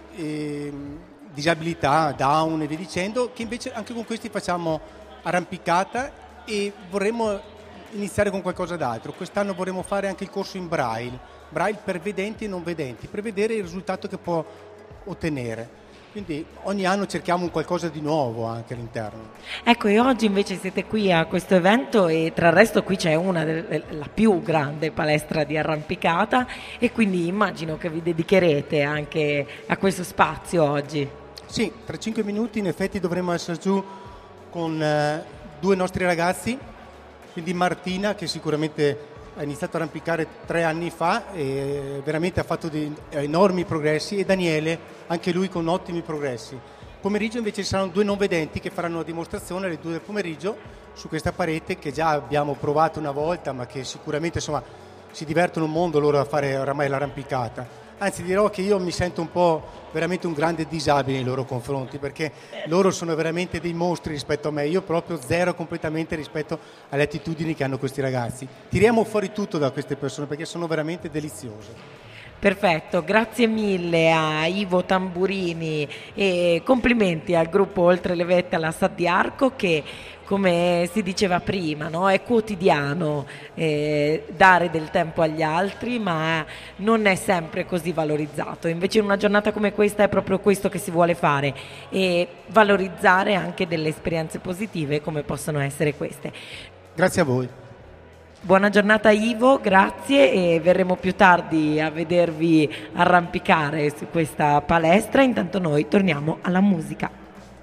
disabilità, Down e via dicendo, che invece anche con questi facciamo arrampicata, e vorremmo iniziare con qualcosa d'altro. Quest'anno vorremmo fare anche il corso in Braille per vedenti e non vedenti, per vedere il risultato che può ottenere. Quindi ogni anno cerchiamo un qualcosa di nuovo anche all'interno. Ecco, e oggi invece siete qui a questo evento e tra il resto qui c'è la più grande palestra di arrampicata e quindi immagino che vi dedicherete anche a questo spazio oggi. Sì, tra 5 minuti in effetti dovremo essere giù con 2 nostri ragazzi, quindi Martina che sicuramente ha iniziato a arrampicare 3 anni fa e veramente ha fatto enormi progressi, e Daniele, anche lui con ottimi progressi. Pomeriggio invece ci saranno 2 non vedenti che faranno una dimostrazione alle 2 del pomeriggio su questa parete che già abbiamo provato una volta, ma che sicuramente insomma si divertono un mondo loro a fare oramai l'arrampicata. Anzi, dirò che io mi sento un po' veramente un grande disabile nei loro confronti, perché loro sono veramente dei mostri rispetto a me. Io proprio zero completamente rispetto alle attitudini che hanno questi ragazzi. Tiriamo fuori tutto da queste persone perché sono veramente deliziose. Perfetto, grazie mille a Ivo Tamburini e complimenti al gruppo Oltre le Vette alla Sat di Arco che, come si diceva prima, no? È quotidiano dare del tempo agli altri, ma non è sempre così valorizzato. Invece in una giornata come questa è proprio questo che si vuole fare, e valorizzare anche delle esperienze positive come possono essere queste. Grazie a voi. Buona giornata Ivo, grazie, e verremo più tardi a vedervi arrampicare su questa palestra. Intanto noi torniamo alla musica.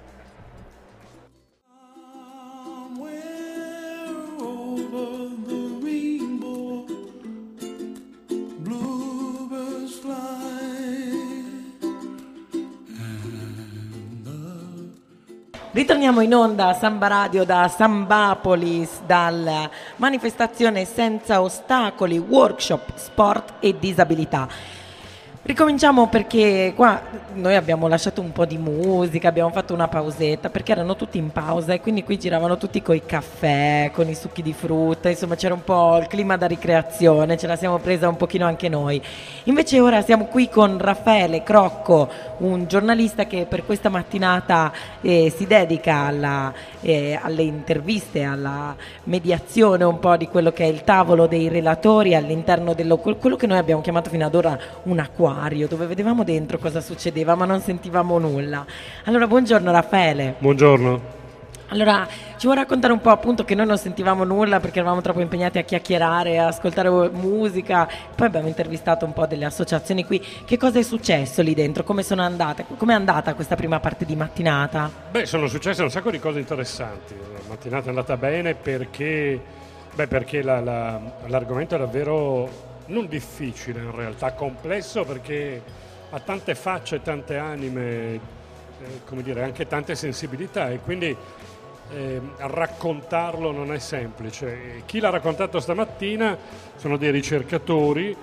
Ritorniamo in onda a Samba Radio da Sambapolis, dalla manifestazione Senza Ostacoli, workshop, sport e disabilità. Ricominciamo perché qua noi abbiamo lasciato un po' di musica, abbiamo fatto una pausetta perché erano tutti in pausa e quindi qui giravano tutti coi caffè, con i succhi di frutta, insomma c'era un po' il clima da ricreazione, ce la siamo presa un pochino anche noi. Invece ora siamo qui con Raffaele Crocco, un giornalista che per questa mattinata si dedica alle interviste, alla mediazione un po' di quello che è il tavolo dei relatori all'interno quello che noi abbiamo chiamato fino ad ora un acquario, dove vedevamo dentro cosa succedeva ma non sentivamo nulla. Allora, buongiorno Raffaele. Buongiorno. Allora, ci vuoi raccontare un po' appunto che noi non sentivamo nulla perché eravamo troppo impegnati a chiacchierare, a ascoltare musica, poi abbiamo intervistato un po' delle associazioni qui. Che cosa è successo lì dentro? Come sono andate? Com'è andata questa prima parte di mattinata? Beh, sono successe un sacco di cose interessanti. La mattinata è andata bene perché l'argomento è davvero non difficile, in realtà complesso, perché ha tante facce, tante anime, come dire, anche tante sensibilità, e quindi raccontarlo non è semplice. Chi l'ha raccontato stamattina sono dei ricercatori,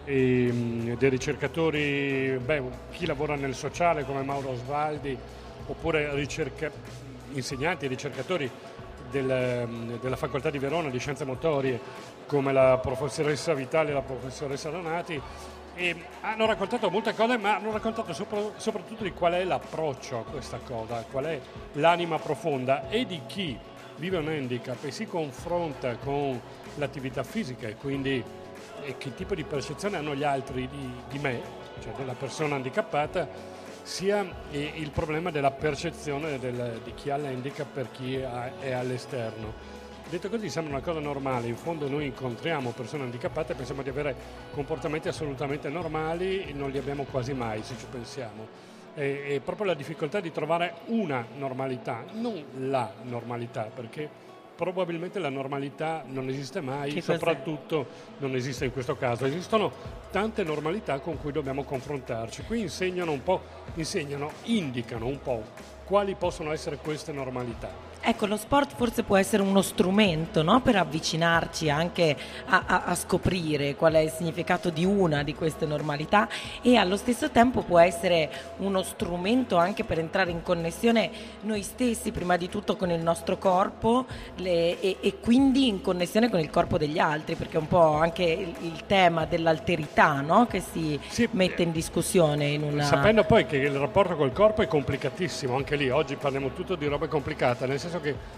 chi lavora nel sociale come Mauro Osvaldi, oppure insegnanti e ricercatori della facoltà di Verona di Scienze Motorie come la professoressa Vitali e la professoressa Donati, e hanno raccontato molte cose, ma hanno raccontato soprattutto di qual è l'approccio a questa cosa, qual è l'anima profonda e di chi vive un handicap e si confronta con l'attività fisica, e quindi che tipo di percezione hanno gli altri di me, cioè della persona handicappata, sia il problema della percezione di chi ha l'handicap per chi è all'esterno. Detto così sembra una cosa normale, in fondo noi incontriamo persone handicappate e pensiamo di avere comportamenti assolutamente normali, e non li abbiamo quasi mai, se ci pensiamo. È proprio la difficoltà di trovare una normalità, non la normalità, perché probabilmente la normalità non esiste mai, soprattutto non esiste in questo caso. Esistono tante normalità con cui dobbiamo confrontarci. Qui indicano un po' quali possono essere queste normalità. Ecco, lo sport forse può essere uno strumento, no? Per avvicinarci anche a scoprire qual è il significato di una di queste normalità, e allo stesso tempo può essere uno strumento anche per entrare in connessione noi stessi, prima di tutto con il nostro corpo e quindi in connessione con il corpo degli altri, perché è un po' anche il tema dell'alterità, no? Che si mette in discussione in una... Sapendo poi che il rapporto col corpo è complicatissimo, anche lì oggi parliamo tutto di roba complicata, nel senso che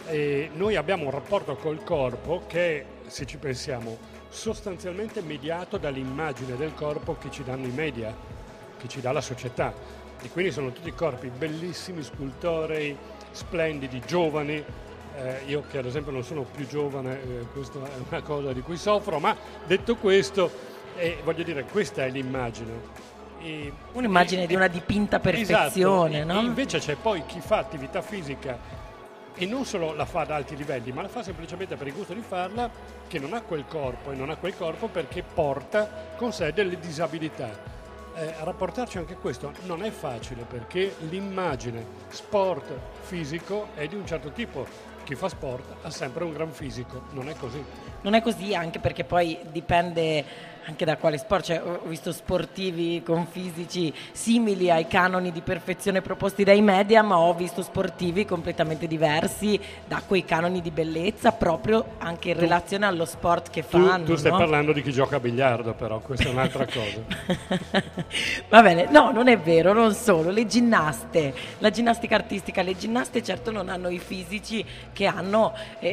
E noi abbiamo un rapporto col corpo che è, se ci pensiamo, sostanzialmente mediato dall'immagine del corpo che ci danno i media, che ci dà la società. E quindi sono tutti corpi bellissimi, scultorei, splendidi, giovani. Io che ad esempio non sono più giovane, questa è una cosa di cui soffro, ma detto questo, voglio dire, questa è l'immagine. Un'immagine di una dipinta perfezione, esatto. No? Invece c'è poi chi fa attività fisica e non solo la fa ad alti livelli, ma la fa semplicemente per il gusto di farla, che non ha quel corpo, e non ha quel corpo perché porta con sé delle disabilità. Rapportarci anche a questo non è facile, perché l'immagine sport fisico è di un certo tipo. Chi fa sport ha sempre un gran fisico, non è così. Non è così, anche perché poi dipende anche da quale sport. Cioè, ho visto sportivi con fisici simili ai canoni di perfezione proposti dai media, ma ho visto sportivi completamente diversi da quei canoni di bellezza, proprio anche in relazione allo sport che fanno. Tu stai no? parlando di chi gioca a biliardo, però questa è un'altra cosa. Va bene, no, non è vero, non solo. Le ginnaste, la ginnastica artistica, le ginnaste certo non hanno i fisici che hanno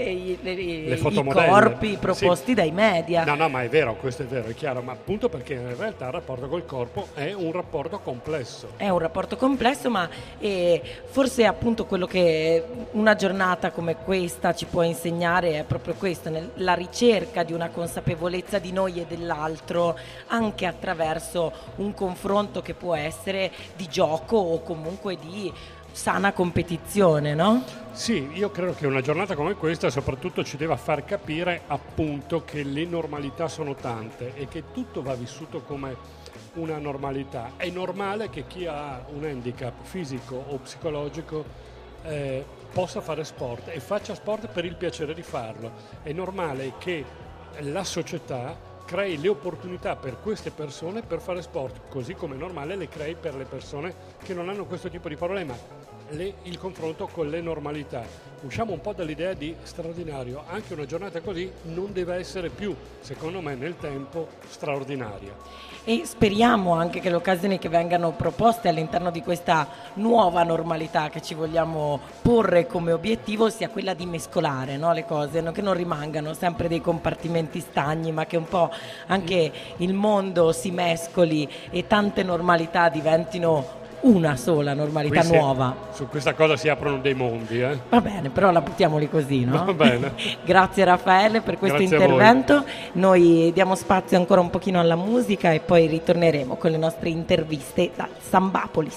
i corpi proposti dai media. No, ma è vero, questo è vero, è chiaro, ma appunto perché in realtà il rapporto col corpo è un rapporto complesso. È un rapporto complesso, ma forse appunto quello che una giornata come questa ci può insegnare è proprio questo, la ricerca di una consapevolezza di noi e dell'altro, anche attraverso un confronto che può essere di gioco o comunque di sana competizione, no? Sì, io credo che una giornata come questa soprattutto ci deve far capire appunto che le normalità sono tante e che tutto va vissuto come una normalità. È normale che chi ha un handicap fisico o psicologico possa fare sport e faccia sport per il piacere di farlo. È normale che la società crei le opportunità per queste persone per fare sport, così come è normale le crei per le persone che non hanno questo tipo di problema. Il confronto con le normalità. Usciamo un po' dall'idea di straordinario. Anche una giornata così non deve essere più, secondo me, nel tempo straordinaria. E speriamo anche che le occasioni che vengano proposte all'interno di questa nuova normalità che ci vogliamo porre come obiettivo sia quella di mescolare, no, le cose, no? Che non rimangano sempre dei compartimenti stagni, ma che un po' anche il mondo si mescoli e tante normalità diventino una sola normalità nuova. Su questa cosa si aprono dei mondi. Va bene, però la buttiamo lì così, no? Va bene. Grazie Raffaele per questo intervento. Noi diamo spazio ancora un pochino alla musica e poi ritorneremo con le nostre interviste da Sambapolis.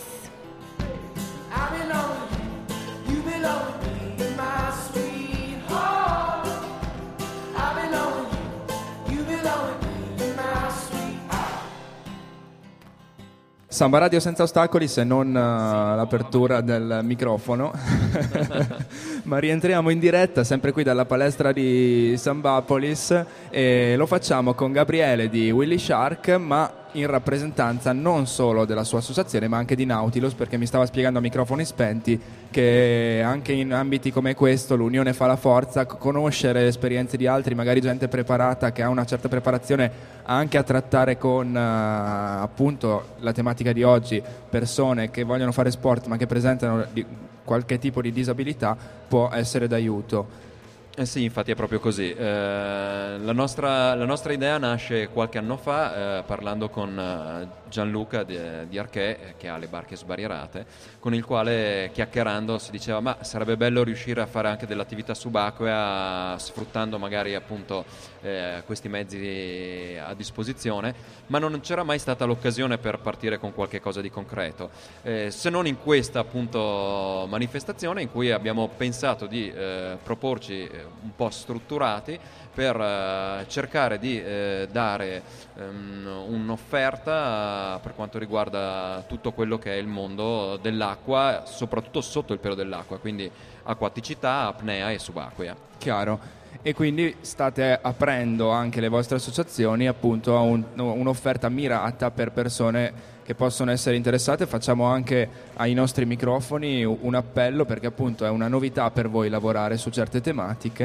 Samba Radio senza ostacoli, se non l'apertura del microfono. Ma rientriamo in diretta sempre qui dalla palestra di Sambapolis e lo facciamo con Gabriele di Willy Shark, ma in rappresentanza non solo della sua associazione ma anche di Nautilus, perché mi stava spiegando a microfoni spenti che anche in ambiti come questo l'unione fa la forza. Conoscere esperienze di altri, magari gente preparata che ha una certa preparazione anche a trattare con appunto la tematica di oggi, persone che vogliono fare sport ma che presentano qualche tipo di disabilità, può essere d'aiuto. Sì, infatti è proprio così. La nostra idea nasce qualche anno fa parlando con Gianluca di Arché, che ha le barche sbarierate, con il quale chiacchierando si diceva ma sarebbe bello riuscire a fare anche dell'attività subacquea sfruttando magari appunto questi mezzi a disposizione, ma non c'era mai stata l'occasione per partire con qualche cosa di concreto, se non in questa appunto manifestazione in cui abbiamo pensato di proporci un po' strutturati per cercare di dare un'offerta per quanto riguarda tutto quello che è il mondo dell'acqua, soprattutto sotto il pelo dell'acqua, quindi acquaticità, apnea e subacquea. Chiaro. E quindi state aprendo anche le vostre associazioni appunto a un'offerta mirata per persone che possono essere interessate. Facciamo anche ai nostri microfoni un appello, perché appunto è una novità per voi lavorare su certe tematiche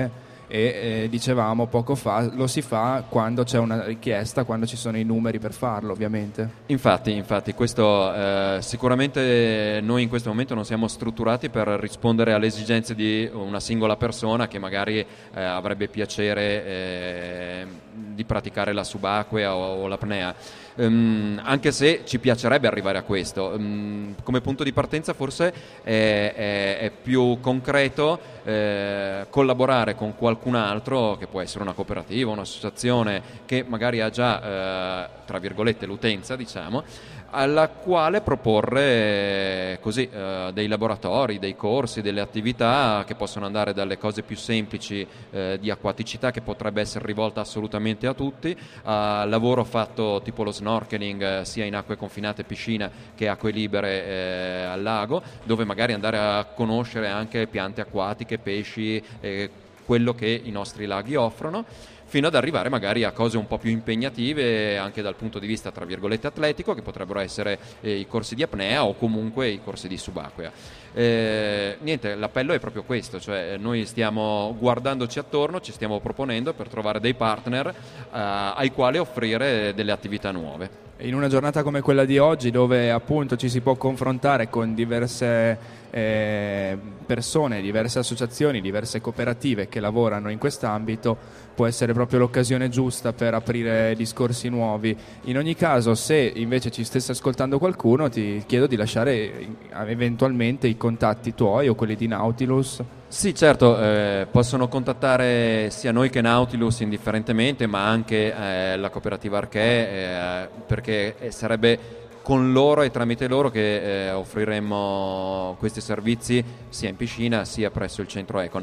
e dicevamo poco fa, lo si fa quando c'è una richiesta, quando ci sono i numeri per farlo, ovviamente. Infatti questo sicuramente noi in questo momento non siamo strutturati per rispondere alle esigenze di una singola persona che magari avrebbe piacere di praticare la subacquea o l'apnea. Anche se ci piacerebbe arrivare a questo, come punto di partenza forse è più concreto collaborare con qualcun altro, che può essere una cooperativa, un'associazione che magari ha già tra virgolette l'utenza, diciamo, alla quale proporre così dei laboratori, dei corsi, delle attività che possono andare dalle cose più semplici di acquaticità, che potrebbe essere rivolta assolutamente a tutti, a lavoro fatto tipo lo snorkeling sia in acque confinate, piscina, che acque libere al lago, dove magari andare a conoscere anche piante acquatiche, pesci, quello che i nostri laghi offrono, fino ad arrivare magari a cose un po' più impegnative anche dal punto di vista tra virgolette atletico, che potrebbero essere i corsi di apnea o comunque i corsi di subacquea. Niente, l'appello è proprio questo, cioè noi stiamo guardandoci attorno, ci stiamo proponendo per trovare dei partner ai quali offrire delle attività nuove. In una giornata come quella di oggi, dove appunto ci si può confrontare con diverse persone, diverse associazioni, diverse cooperative che lavorano in quest'ambito, può essere proprio l'occasione giusta per aprire discorsi nuovi. In ogni caso, se invece ci stesse ascoltando qualcuno, ti chiedo di lasciare eventualmente i contatti tuoi o quelli di Nautilus. Sì, certo, possono contattare sia noi che Nautilus indifferentemente, ma anche la cooperativa Arché, perché sarebbe con loro e tramite loro che offriremo questi servizi sia in piscina sia presso il centro Econ.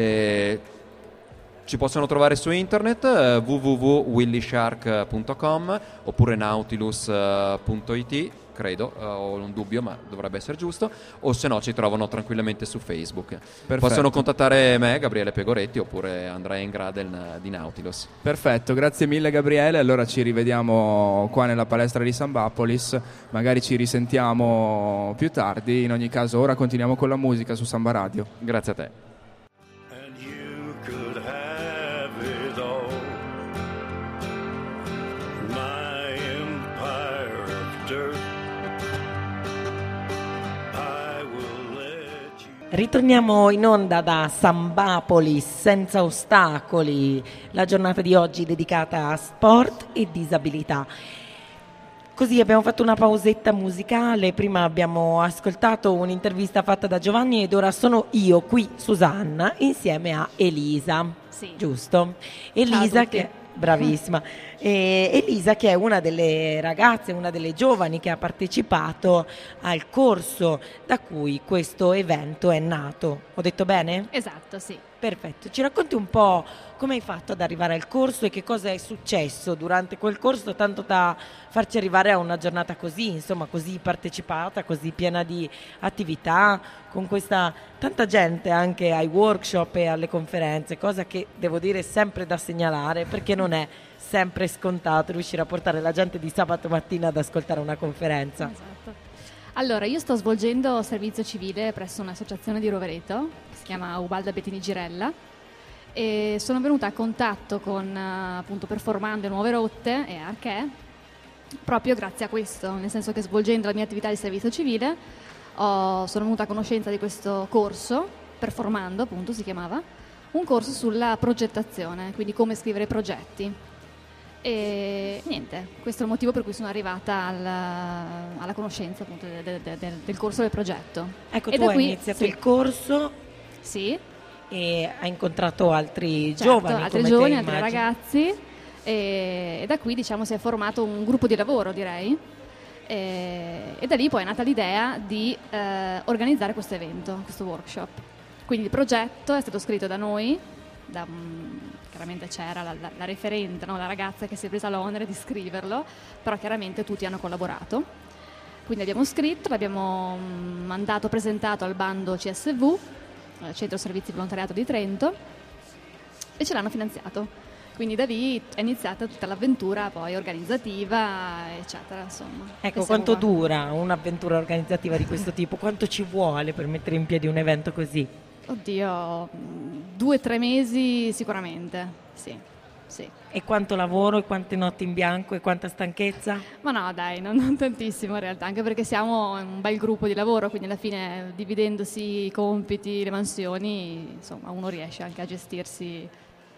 Ci possono trovare su internet www.willyshark.com oppure nautilus.it, credo, ho un dubbio ma dovrebbe essere giusto, o se no ci trovano tranquillamente su Facebook. Perfetto. Possono contattare me, Gabriele Pegoretti, oppure Andrea Ingradel di Nautilus. Perfetto, grazie mille Gabriele, allora ci rivediamo qua nella palestra di Sambapolis, magari ci risentiamo più tardi, in ogni caso ora continuiamo con la musica su Samba Radio. Grazie a te. And you could have it all. My empire of dirt. I will let you. Ritorniamo in onda da Sambapolis, senza ostacoli, la giornata di oggi dedicata a sport e disabilità. Così abbiamo fatto una pausetta musicale, prima abbiamo ascoltato un'intervista fatta da Giovanni ed ora sono io qui, Susanna, insieme a Elisa, Sì. giusto? Ciao Elisa a tutti. che bravissima. Elisa che è una delle ragazze, una delle giovani che ha partecipato al corso da cui questo evento è nato. Ho detto bene? Esatto, sì. Perfetto, ci racconti un po' come hai fatto ad arrivare al corso e che cosa è successo durante quel corso, tanto da farci arrivare a una giornata così, insomma, così partecipata, così piena di attività, con questa tanta gente anche ai workshop e alle conferenze, cosa che devo dire è sempre da segnalare, perché non è sempre scontato riuscire a portare la gente di sabato mattina ad ascoltare una conferenza. Esatto. Allora, io sto svolgendo servizio civile presso un'associazione di Rovereto che si chiama Ubalda Bettini Girella e sono venuta a contatto con appunto Performando Nuove Rotte e Arché proprio grazie a questo, nel senso che svolgendo la mia attività di servizio civile sono venuta a conoscenza di questo corso, Performando appunto si chiamava, un corso sulla progettazione, quindi come scrivere progetti. E niente, questo è il motivo per cui sono arrivata alla conoscenza appunto del corso del progetto. Ecco, E tu da hai qui- iniziato sì. il corso Sì, e hai incontrato altri certo, giovani altri come giovani, te, altri immagino. ragazzi e da qui diciamo si è formato un gruppo di lavoro, direi, e da lì poi è nata l'idea di organizzare questo evento, questo workshop. Quindi il progetto è stato scritto da noi, chiaramente c'era la referente, no? La ragazza che si è presa l'onere di scriverlo, però chiaramente tutti hanno collaborato. Quindi abbiamo scritto, l'abbiamo mandato, presentato al bando CSV, Centro Servizi Volontariato di Trento, e ce l'hanno finanziato. Quindi da lì è iniziata tutta l'avventura poi organizzativa, eccetera, insomma. Ecco, E siamo quanto qua. dura un'avventura organizzativa di questo tipo? Quanto ci vuole per mettere in piedi un evento così? Oddio, 2-3 mesi sicuramente, sì. E quanto lavoro, e quante notti in bianco, e quanta stanchezza? Ma no, dai, non tantissimo in realtà, anche perché siamo un bel gruppo di lavoro, quindi alla fine dividendosi i compiti, le mansioni, insomma, uno riesce anche a gestire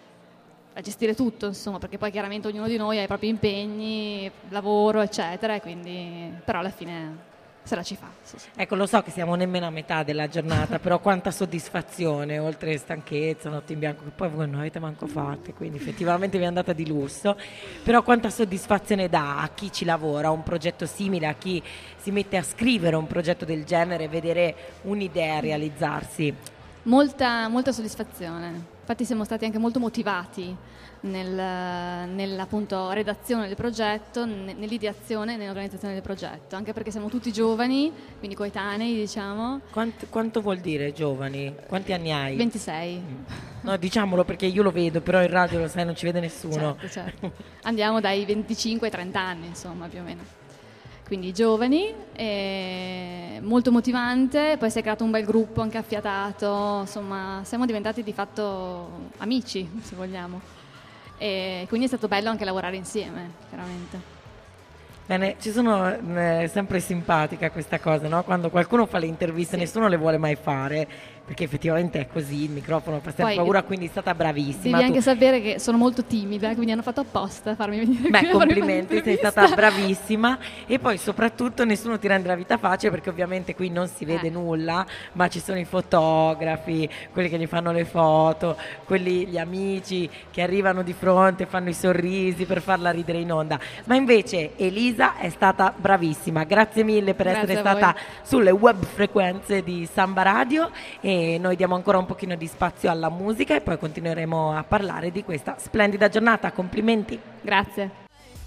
tutto, insomma, perché poi chiaramente ognuno di noi ha i propri impegni, lavoro, eccetera, e quindi però alla fine se la ci fa. Sì. Ecco, lo so che siamo nemmeno a metà della giornata, però quanta soddisfazione, oltre stanchezza, notti in bianco, che poi voi non avete manco fatte, quindi effettivamente vi è andata di lusso, però quanta soddisfazione dà a chi ci lavora un progetto simile, a chi si mette a scrivere un progetto del genere, vedere un'idea realizzarsi. Molta soddisfazione, infatti siamo stati anche molto motivati nella appunto redazione del progetto, nell'ideazione e nell'organizzazione del progetto, anche perché siamo tutti giovani, quindi coetanei, diciamo. Quanto vuol dire giovani? Quanti anni hai? 26. No, diciamolo perché io lo vedo, però in radio lo sai, non ci vede nessuno. Certo. Andiamo dai 25 ai 30 anni, insomma, più o meno. Quindi giovani, molto motivante, poi si è creato un bel gruppo anche affiatato, insomma siamo diventati di fatto amici, se vogliamo, e quindi è stato bello anche lavorare insieme, chiaramente. Bene, ci sono sempre simpatica questa cosa, no? Quando qualcuno fa le interviste, nessuno le vuole mai fare, perché effettivamente è così, il microfono fa sempre paura, quindi è stata bravissima. Devi anche sapere che sono molto timida, quindi hanno fatto apposta a farmi venire qui. Beh, complimenti, sei stata bravissima, e poi soprattutto nessuno ti rende la vita facile, perché ovviamente qui non si vede nulla, ma ci sono i fotografi, quelli che gli fanno le foto, gli amici che arrivano di fronte, fanno i sorrisi per farla ridere in onda. Ma invece Elisa è stata bravissima, grazie mille per essere stata sulle web frequenze di Samba Radio, e noi diamo ancora un pochino di spazio alla musica e poi continueremo a parlare di questa splendida giornata. Complimenti. Grazie.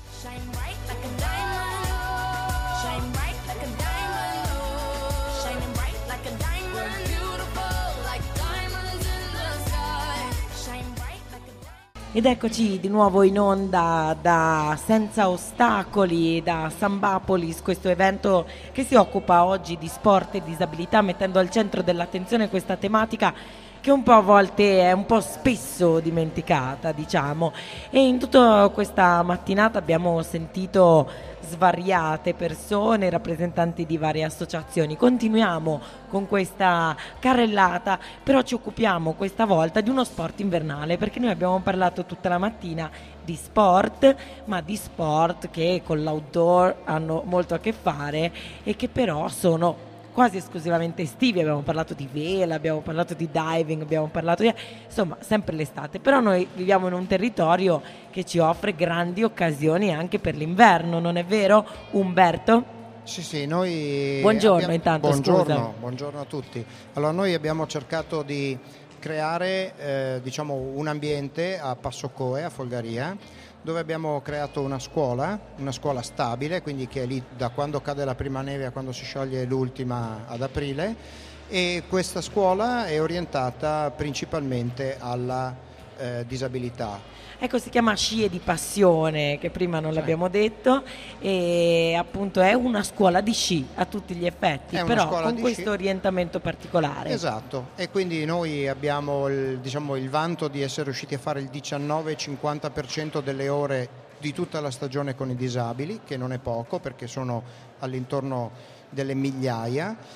Ed eccoci di nuovo in onda da Senza Ostacoli, da Sambapolis, questo evento che si occupa oggi di sport e disabilità, mettendo al centro dell'attenzione questa tematica che un po' a volte è un po' spesso dimenticata, diciamo. E in tutta questa mattinata abbiamo sentito svariate persone, rappresentanti di varie associazioni. Continuiamo con questa carrellata, però ci occupiamo questa volta di uno sport invernale, perché noi abbiamo parlato tutta la mattina di sport, ma di sport che con l'outdoor hanno molto a che fare e che però sono quasi esclusivamente estivi. Abbiamo parlato di vela, abbiamo parlato di diving, abbiamo parlato di, insomma, sempre l'estate, però noi viviamo in un territorio che ci offre grandi occasioni anche per l'inverno, non è vero, Umberto? Sì, noi buongiorno intanto, buongiorno a tutti. Allora, noi abbiamo cercato di creare un ambiente a Passocoe, a Folgaria, dove abbiamo creato una scuola stabile, quindi che è lì da quando cade la prima neve a quando si scioglie l'ultima ad aprile, e questa scuola è orientata principalmente alla disabilità. Ecco, si chiama Scie di Passione, che prima non l'abbiamo detto, e appunto è una scuola di sci a tutti gli effetti, però con questo orientamento particolare. Esatto, e quindi noi abbiamo il vanto di essere riusciti a fare il 19-50% delle ore di tutta la stagione con i disabili, che non è poco perché sono all'intorno delle migliaia.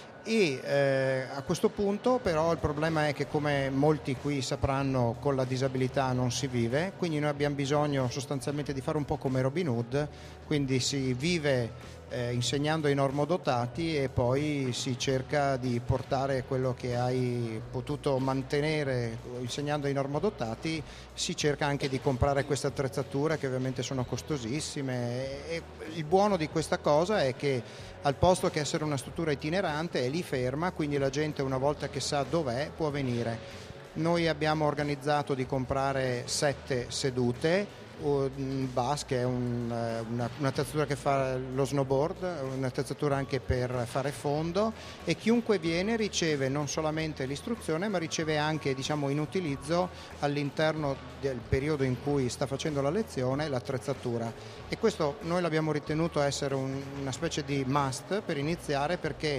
E a questo punto però il problema è che, come molti qui sapranno, con la disabilità non si vive, quindi noi abbiamo bisogno sostanzialmente di fare un po' come Robin Hood, quindi si vive insegnando ai normodotati e poi si cerca di portare quello che hai potuto mantenere insegnando ai normodotati, si cerca anche di comprare queste attrezzature che ovviamente sono costosissime, e il buono di questa cosa è che al posto che essere una struttura itinerante è lì ferma, quindi la gente una volta che sa dov'è può venire. Noi abbiamo organizzato di comprare 7 sedute, un bus che è un'attrezzatura che fa lo snowboard, un'attrezzatura anche per fare fondo, e chiunque viene riceve non solamente l'istruzione ma riceve anche, in utilizzo all'interno del periodo in cui sta facendo la lezione, l'attrezzatura. E questo noi l'abbiamo ritenuto essere una specie di must per iniziare, perché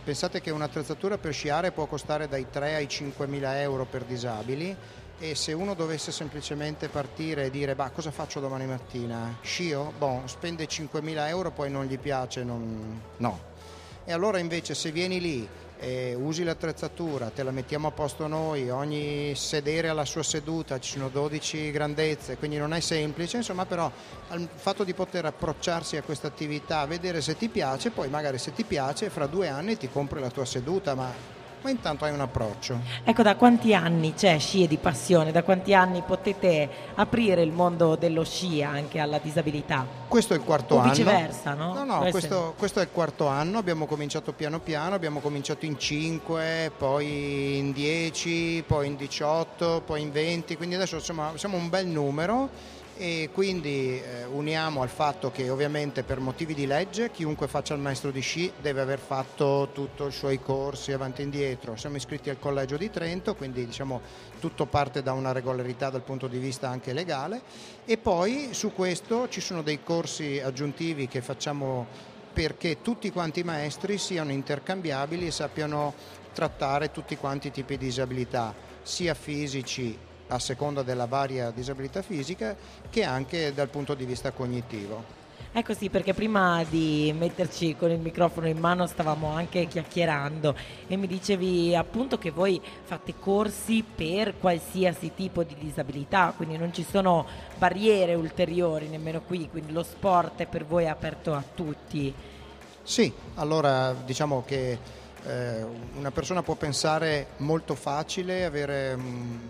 Pensate che un'attrezzatura per sciare può costare dai 3 ai 5.000 euro per disabili, e se uno dovesse semplicemente partire e dire cosa faccio domani mattina? Scio? Spende 5.000 euro, poi non gli piace, no. E allora invece se vieni lì e usi l'attrezzatura, te la mettiamo a posto noi, ogni sedere alla sua seduta, ci sono 12 grandezze, quindi non è semplice, insomma, però il fatto di poter approcciarsi a questa attività, vedere se ti piace, poi magari se ti piace fra 2 anni ti compri la tua seduta, ma intanto hai un approccio. Ecco, da quanti anni c'è Scie di Passione? Da quanti anni potete aprire il mondo dello sci anche alla disabilità? Questo è il quarto anno. O viceversa, no? No, questo è il quarto anno, abbiamo cominciato piano piano, abbiamo cominciato in 5, poi in 10, poi in 18, poi in 20, quindi adesso insomma siamo un bel numero. E quindi uniamo al fatto che ovviamente per motivi di legge chiunque faccia il maestro di sci deve aver fatto tutti i suoi corsi avanti e indietro. Siamo iscritti al Collegio di Trento, quindi diciamo tutto parte da una regolarità dal punto di vista anche legale, e poi su questo ci sono dei corsi aggiuntivi che facciamo perché tutti quanti i maestri siano intercambiabili e sappiano trattare tutti quanti i tipi di disabilità, sia fisici a seconda della varia disabilità fisica che anche dal punto di vista cognitivo. Ecco sì, perché prima di metterci con il microfono in mano stavamo anche chiacchierando e mi dicevi appunto che voi fate corsi per qualsiasi tipo di disabilità, quindi non ci sono barriere ulteriori nemmeno qui, quindi lo sport è per voi aperto a tutti. Sì, allora diciamo che una persona può pensare molto facile avere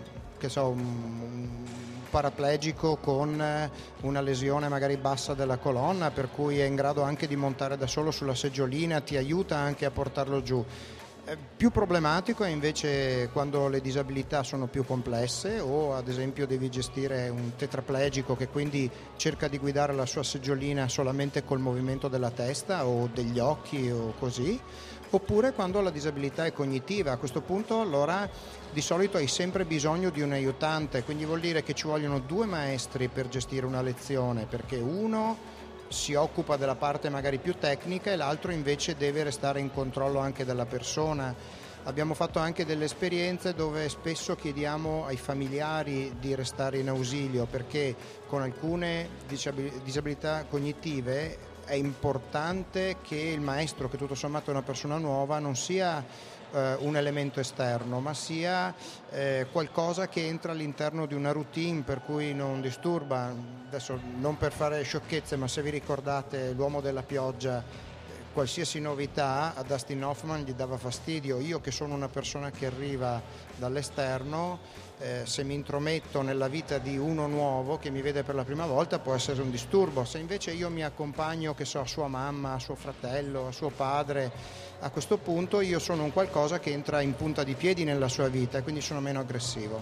un paraplegico con una lesione magari bassa della colonna, per cui è in grado anche di montare da solo sulla seggiolina, ti aiuta anche a portarlo giù. Più problematico è invece quando le disabilità sono più complesse, o ad esempio devi gestire un tetraplegico che quindi cerca di guidare la sua seggiolina solamente col movimento della testa o degli occhi o così, oppure quando la disabilità è cognitiva. A questo punto allora di solito hai sempre bisogno di un aiutante, quindi vuol dire che ci vogliono 2 maestri per gestire una lezione, perché uno si occupa della parte magari più tecnica e l'altro invece deve restare in controllo anche della persona. Abbiamo fatto anche delle esperienze dove spesso chiediamo ai familiari di restare in ausilio, perché con alcune disabilità cognitive è importante che il maestro, che tutto sommato è una persona nuova, non sia un elemento esterno, ma sia qualcosa che entra all'interno di una routine, per cui non disturba. Adesso non per fare sciocchezze, ma se vi ricordate l'uomo della pioggia, qualsiasi novità a Dustin Hoffman gli dava fastidio. Io che sono una persona che arriva dall'esterno, se mi intrometto nella vita di uno nuovo che mi vede per la prima volta può essere un disturbo. Se invece io mi accompagno, che so, a sua mamma, a suo fratello, a suo padre, a questo punto io sono un qualcosa che entra in punta di piedi nella sua vita e quindi sono meno aggressivo.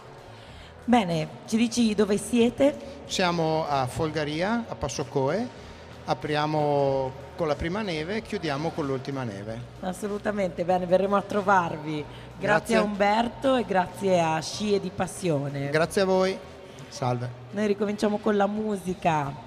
Bene, ci dici dove siete? Siamo a Folgaria, a Passo Coe, apriamo con la prima neve e chiudiamo con l'ultima neve. Assolutamente, bene, verremo a trovarvi. Grazie a Umberto e grazie a Scie di Passione. Grazie a voi, salve. Noi ricominciamo con la musica.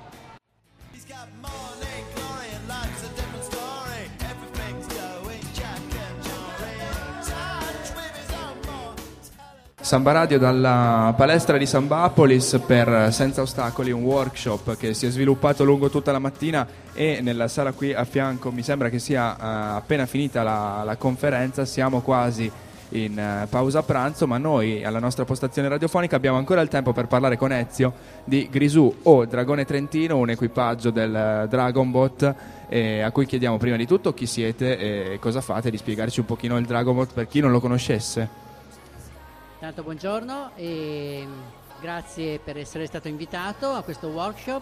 Samba Radio dalla palestra di Sambapolis per Senza Ostacoli, un workshop che si è sviluppato lungo tutta la mattina, e nella sala qui a fianco mi sembra che sia appena finita la conferenza, siamo quasi in pausa pranzo, ma noi alla nostra postazione radiofonica abbiamo ancora il tempo per parlare con Ezio di Grisù o Dragone Trentino, un equipaggio del Dragonbot, a cui chiediamo prima di tutto chi siete e cosa fate, di spiegarci un pochino il Dragonbot per chi non lo conoscesse. Tanto buongiorno e grazie per essere stato invitato a questo workshop.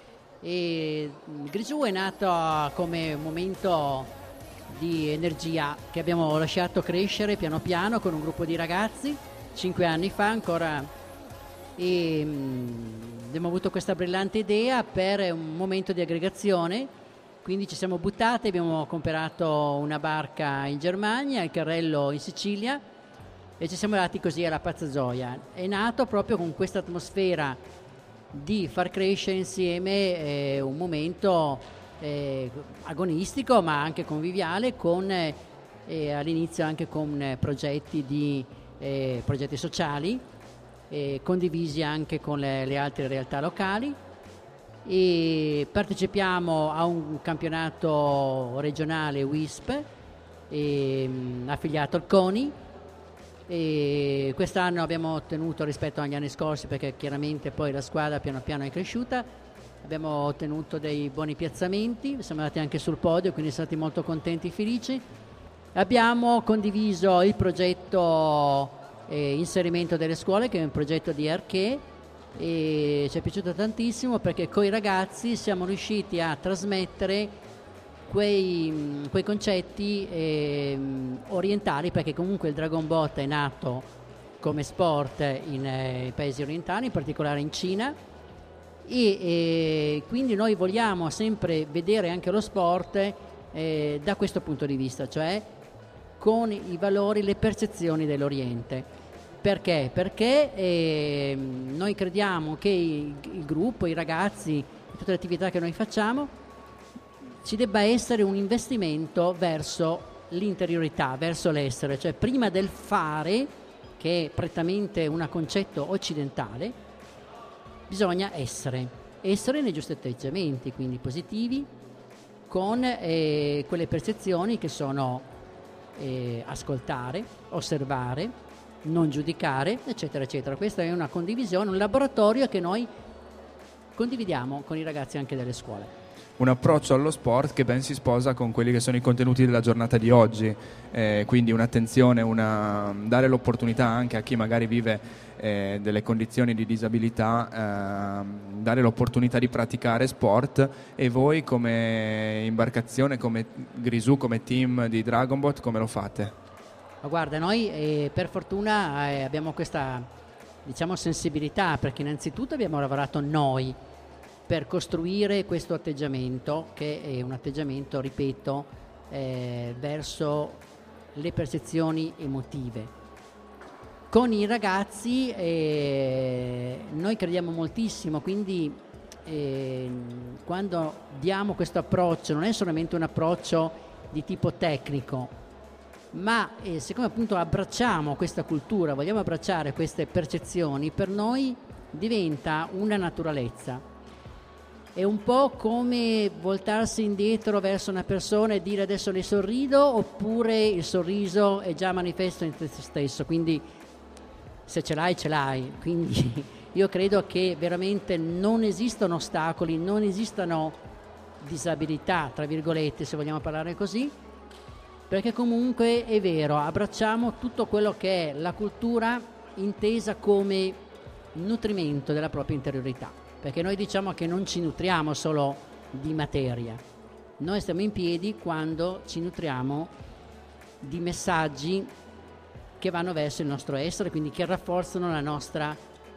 Grisù è nato come un momento di energia che abbiamo lasciato crescere piano piano con un gruppo di ragazzi 5 anni fa ancora, e abbiamo avuto questa brillante idea per un momento di aggregazione, quindi ci siamo buttati, abbiamo comprato una barca in Germania, il carrello in Sicilia, e ci siamo dati così alla pazza gioia. È nato proprio con questa atmosfera di far crescere insieme un momento agonistico ma anche conviviale, con e all'inizio anche con progetti sociali, condivisi anche con le altre realtà locali, e partecipiamo a un campionato regionale WISP affiliato al CONI, e quest'anno abbiamo ottenuto, rispetto agli anni scorsi, perché chiaramente poi la squadra piano piano è cresciuta, abbiamo ottenuto dei buoni piazzamenti, siamo andati anche sul podio, quindi siamo stati molto contenti e felici. Abbiamo condiviso il progetto inserimento delle scuole, che è un progetto di Arché, e ci è piaciuto tantissimo perché con i ragazzi siamo riusciti a trasmettere quei concetti orientali, perché comunque il Dragon Boat è nato come sport in paesi orientali, in particolare in Cina, e quindi noi vogliamo sempre vedere anche lo sport da questo punto di vista, cioè con i valori, le percezioni dell'Oriente. Perché? Perché noi crediamo che il gruppo, i ragazzi, tutte le attività che noi facciamo, ci debba essere un investimento verso l'interiorità, verso l'essere, cioè prima del fare, che è prettamente un concetto occidentale, bisogna essere nei giusti atteggiamenti, quindi positivi, con quelle percezioni che sono ascoltare, osservare, non giudicare, eccetera, eccetera. Questa è una condivisione, un laboratorio che noi condividiamo con i ragazzi anche delle scuole. Un approccio allo sport che ben si sposa con quelli che sono i contenuti della giornata di oggi, quindi un'attenzione, dare l'opportunità anche a chi magari vive delle condizioni di disabilità, dare l'opportunità di praticare sport. E voi come imbarcazione, come Grisù, come team di Dragon Boat, come lo fate? Ma guarda, noi per fortuna abbiamo questa, diciamo, sensibilità, perché innanzitutto abbiamo lavorato noi per costruire questo atteggiamento, che è un atteggiamento, ripeto, verso le percezioni emotive. Con i ragazzi noi crediamo moltissimo, quindi quando diamo questo approccio non è solamente un approccio di tipo tecnico, ma siccome appunto abbracciamo questa cultura, vogliamo abbracciare queste percezioni, per noi diventa una naturalezza. È un po' come voltarsi indietro verso una persona e dire adesso le sorrido, oppure il sorriso è già manifesto in te stesso, quindi se ce l'hai, ce l'hai. Quindi io credo che veramente non esistono ostacoli, non esistano disabilità, tra virgolette, se vogliamo parlare così, perché comunque è vero, abbracciamo tutto quello che è la cultura intesa come nutrimento della propria interiorità, perché noi diciamo che non ci nutriamo solo di materia, noi stiamo in piedi quando ci nutriamo di messaggi che vanno verso il nostro essere, quindi che rafforzano la nostra,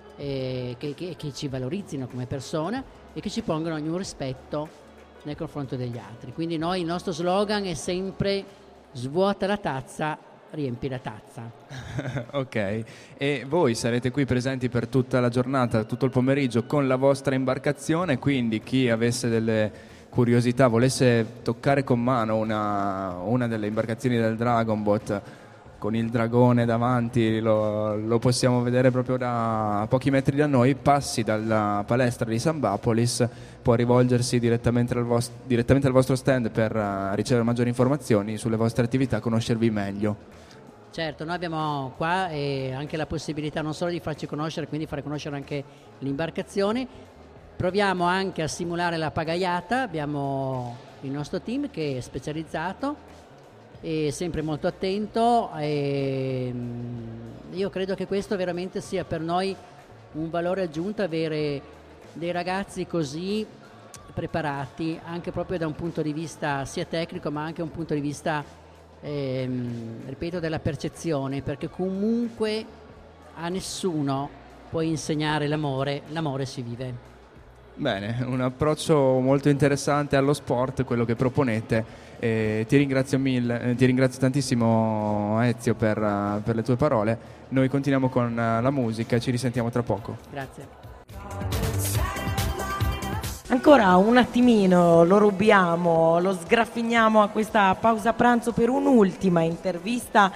che ci valorizzino come persona e che ci pongano ogni rispetto nei confronti degli altri. Quindi noi, il nostro slogan è sempre: svuota la tazza, riempi la tazza. Ok, e voi sarete qui presenti per tutta la giornata, tutto il pomeriggio con la vostra imbarcazione, quindi chi avesse delle curiosità, volesse toccare con mano una delle imbarcazioni del Dragon Boat con il dragone davanti, lo possiamo vedere proprio da pochi metri da noi, passi dalla palestra di San Bapolis, può rivolgersi direttamente al vostro stand per ricevere maggiori informazioni sulle vostre attività, conoscervi meglio. Certo, noi abbiamo qua anche la possibilità non solo di farci conoscere, quindi fare conoscere anche l'imbarcazione, proviamo anche a simulare la pagaiata, abbiamo il nostro team che è specializzato e sempre molto attento, e io credo che questo veramente sia per noi un valore aggiunto, avere dei ragazzi così preparati anche proprio da un punto di vista sia tecnico ma anche un punto di vista ripeto, della percezione, perché comunque a nessuno puoi insegnare l'amore si vive. Bene, un approccio molto interessante allo sport, quello che proponete. Ti ringrazio tantissimo Ezio per le tue parole. Noi continuiamo con la musica e ci risentiamo tra poco. Grazie. Ancora un attimino lo rubiamo, lo sgraffiniamo a questa pausa pranzo per un'ultima intervista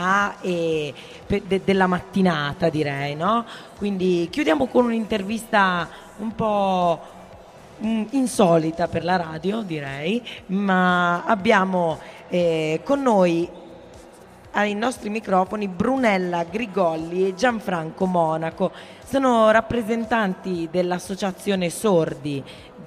della mattinata, direi, no? Quindi chiudiamo con un'intervista un po' insolita per la radio, direi, ma abbiamo con noi ai nostri microfoni Brunella Grigolli e Gianfranco Monaco. Sono rappresentanti dell'associazione Sordi,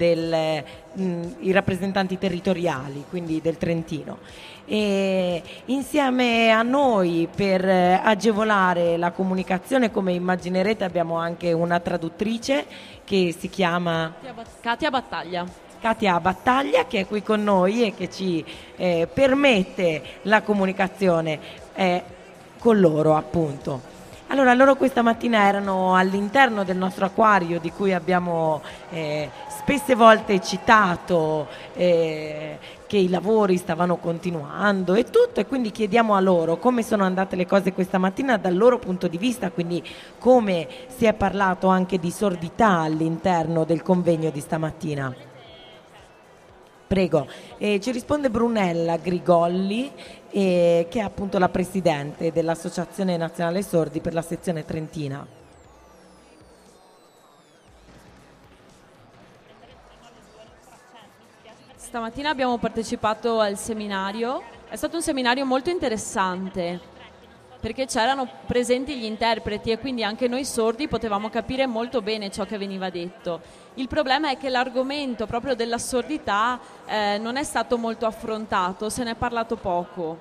i rappresentanti territoriali, quindi del Trentino. E insieme a noi, per agevolare la comunicazione, come immaginerete, abbiamo anche una traduttrice che si chiama Katia Battaglia. Katia Battaglia, che è qui con noi e che ci permette la comunicazione con loro, appunto. Allora, loro questa mattina erano all'interno del nostro acquario, di cui abbiamo spesse volte citato che i lavori stavano continuando e tutto, e quindi chiediamo a loro come sono andate le cose questa mattina dal loro punto di vista, quindi come si è parlato anche di sordità all'interno del convegno di stamattina. Prego. Ci risponde Brunella Grigolli, che è appunto la presidente dell'Associazione Nazionale Sordi per la sezione trentina. Stamattina abbiamo partecipato al seminario, è stato un seminario molto interessante perché c'erano presenti gli interpreti e quindi anche noi sordi potevamo capire molto bene ciò che veniva detto. Il problema è che l'argomento proprio della sordità non è stato molto affrontato, se ne è parlato poco.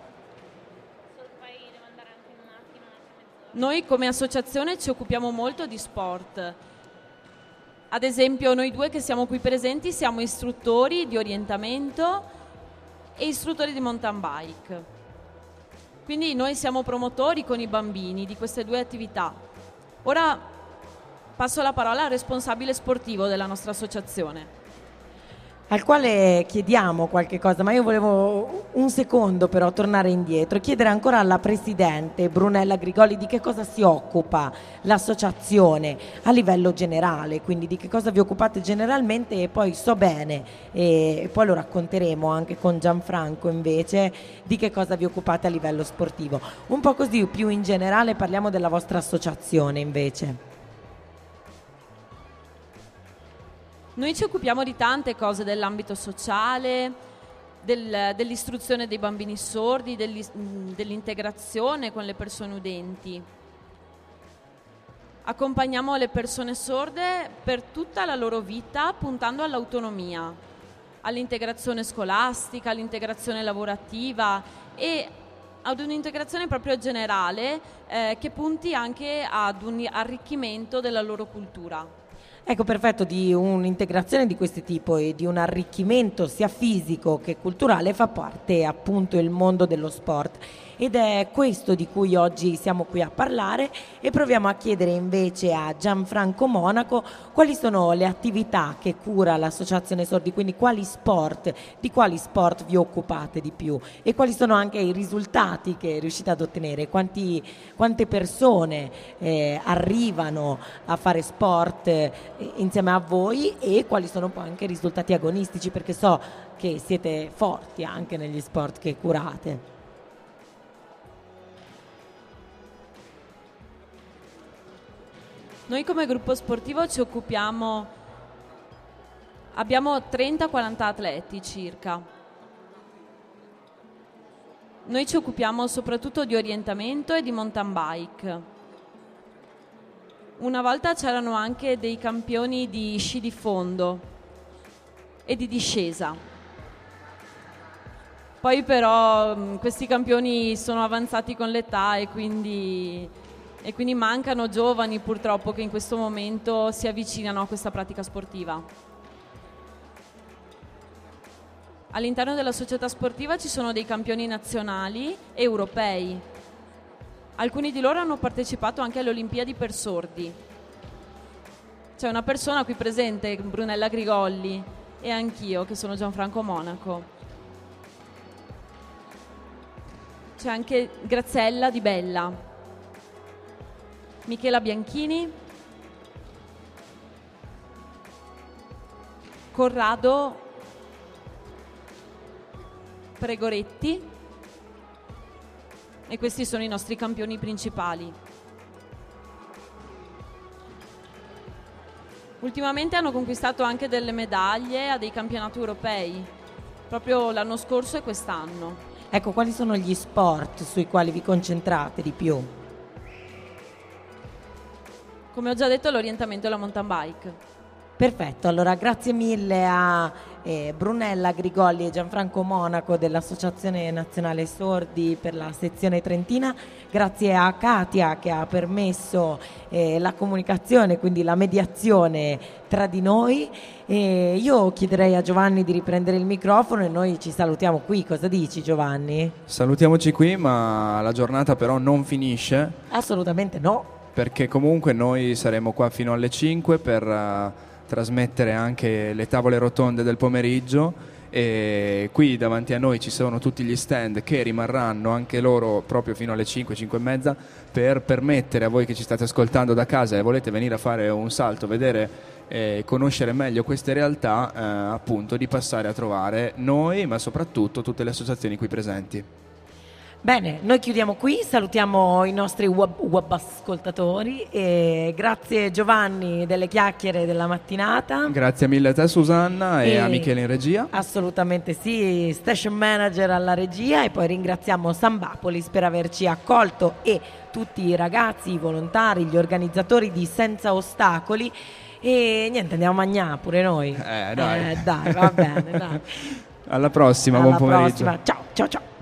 Noi come associazione ci occupiamo molto di sport. Ad esempio noi due che siamo qui presenti siamo istruttori di orientamento e istruttori di mountain bike. Quindi noi siamo promotori con i bambini di queste due attività. Ora passo la parola al responsabile sportivo della nostra associazione, al quale chiediamo qualche cosa, ma io volevo un secondo però tornare indietro e chiedere ancora alla presidente Brunella Grigolli di che cosa si occupa l'associazione a livello generale, quindi di che cosa vi occupate generalmente, e poi so bene, e poi lo racconteremo anche con Gianfranco invece, di che cosa vi occupate a livello sportivo. Un po' così più in generale parliamo della vostra associazione invece. Noi ci occupiamo di tante cose dell'ambito sociale, dell'istruzione dei bambini sordi, dell'integrazione con le persone udenti. Accompagniamo le persone sorde per tutta la loro vita puntando all'autonomia, all'integrazione scolastica, all'integrazione lavorativa e ad un'integrazione proprio generale che punti anche ad un arricchimento della loro cultura. Ecco, perfetto, di un'integrazione di questo tipo e di un arricchimento sia fisico che culturale fa parte appunto il mondo dello sport, ed è questo di cui oggi siamo qui a parlare, e proviamo a chiedere invece a Gianfranco Monaco quali sono le attività che cura l'associazione sordi, quindi di quali sport vi occupate di più e quali sono anche i risultati che riuscite ad ottenere, quante persone arrivano a fare sport insieme a voi, e quali sono poi anche i risultati agonistici, perché so che siete forti anche negli sport che curate. Noi come gruppo sportivo ci occupiamo, abbiamo 30-40 atleti circa. Noi ci occupiamo soprattutto di orientamento e di mountain bike. Una volta c'erano anche dei campioni di sci di fondo e di discesa. Poi però questi campioni sono avanzati con l'età e quindi mancano giovani purtroppo che in questo momento si avvicinano a questa pratica sportiva. All'interno della società sportiva ci sono dei campioni nazionali e europei. Alcuni di loro hanno partecipato anche alle Olimpiadi per sordi. C'è una persona qui presente, Brunella Grigolli, e anch'io, che sono Gianfranco Monaco. C'è anche Graziella Di Bella, Michela Bianchini, Corrado Pregoretti, e questi sono i nostri campioni principali. Ultimamente hanno conquistato anche delle medaglie a dei campionati europei, proprio l'anno scorso e quest'anno. Ecco, quali sono gli sport sui quali vi concentrate di più? Come ho già detto, l'orientamento e la mountain bike. Perfetto, allora grazie mille a Brunella Grigolli e Gianfranco Monaco dell'Associazione Nazionale Sordi per la sezione trentina, grazie a Katia che ha permesso la comunicazione, quindi la mediazione tra di noi. Io chiederei a Giovanni di riprendere il microfono e noi ci salutiamo qui. Cosa dici, Giovanni? Salutiamoci qui, ma la giornata però non finisce. Assolutamente no. Perché comunque noi saremo qua fino alle 5 per trasmettere anche le tavole rotonde del pomeriggio, e qui davanti a noi ci sono tutti gli stand che rimarranno anche loro proprio fino alle 5, 5 e mezza, per permettere a voi che ci state ascoltando da casa e volete venire a fare un salto, vedere e conoscere meglio queste realtà, appunto di passare a trovare noi, ma soprattutto tutte le associazioni qui presenti. Bene, noi chiudiamo qui, salutiamo i nostri web ascoltatori e grazie Giovanni delle chiacchiere della mattinata. Grazie mille a te Susanna e a Michele in regia. Assolutamente sì, station manager alla regia, e poi ringraziamo Sambapolis per averci accolto e tutti i ragazzi, i volontari, gli organizzatori di Senza Ostacoli, e niente, andiamo a mangiare pure noi. Dai. Dai, va bene, dai. Alla prossima, buon pomeriggio. Ciao, ciao, ciao.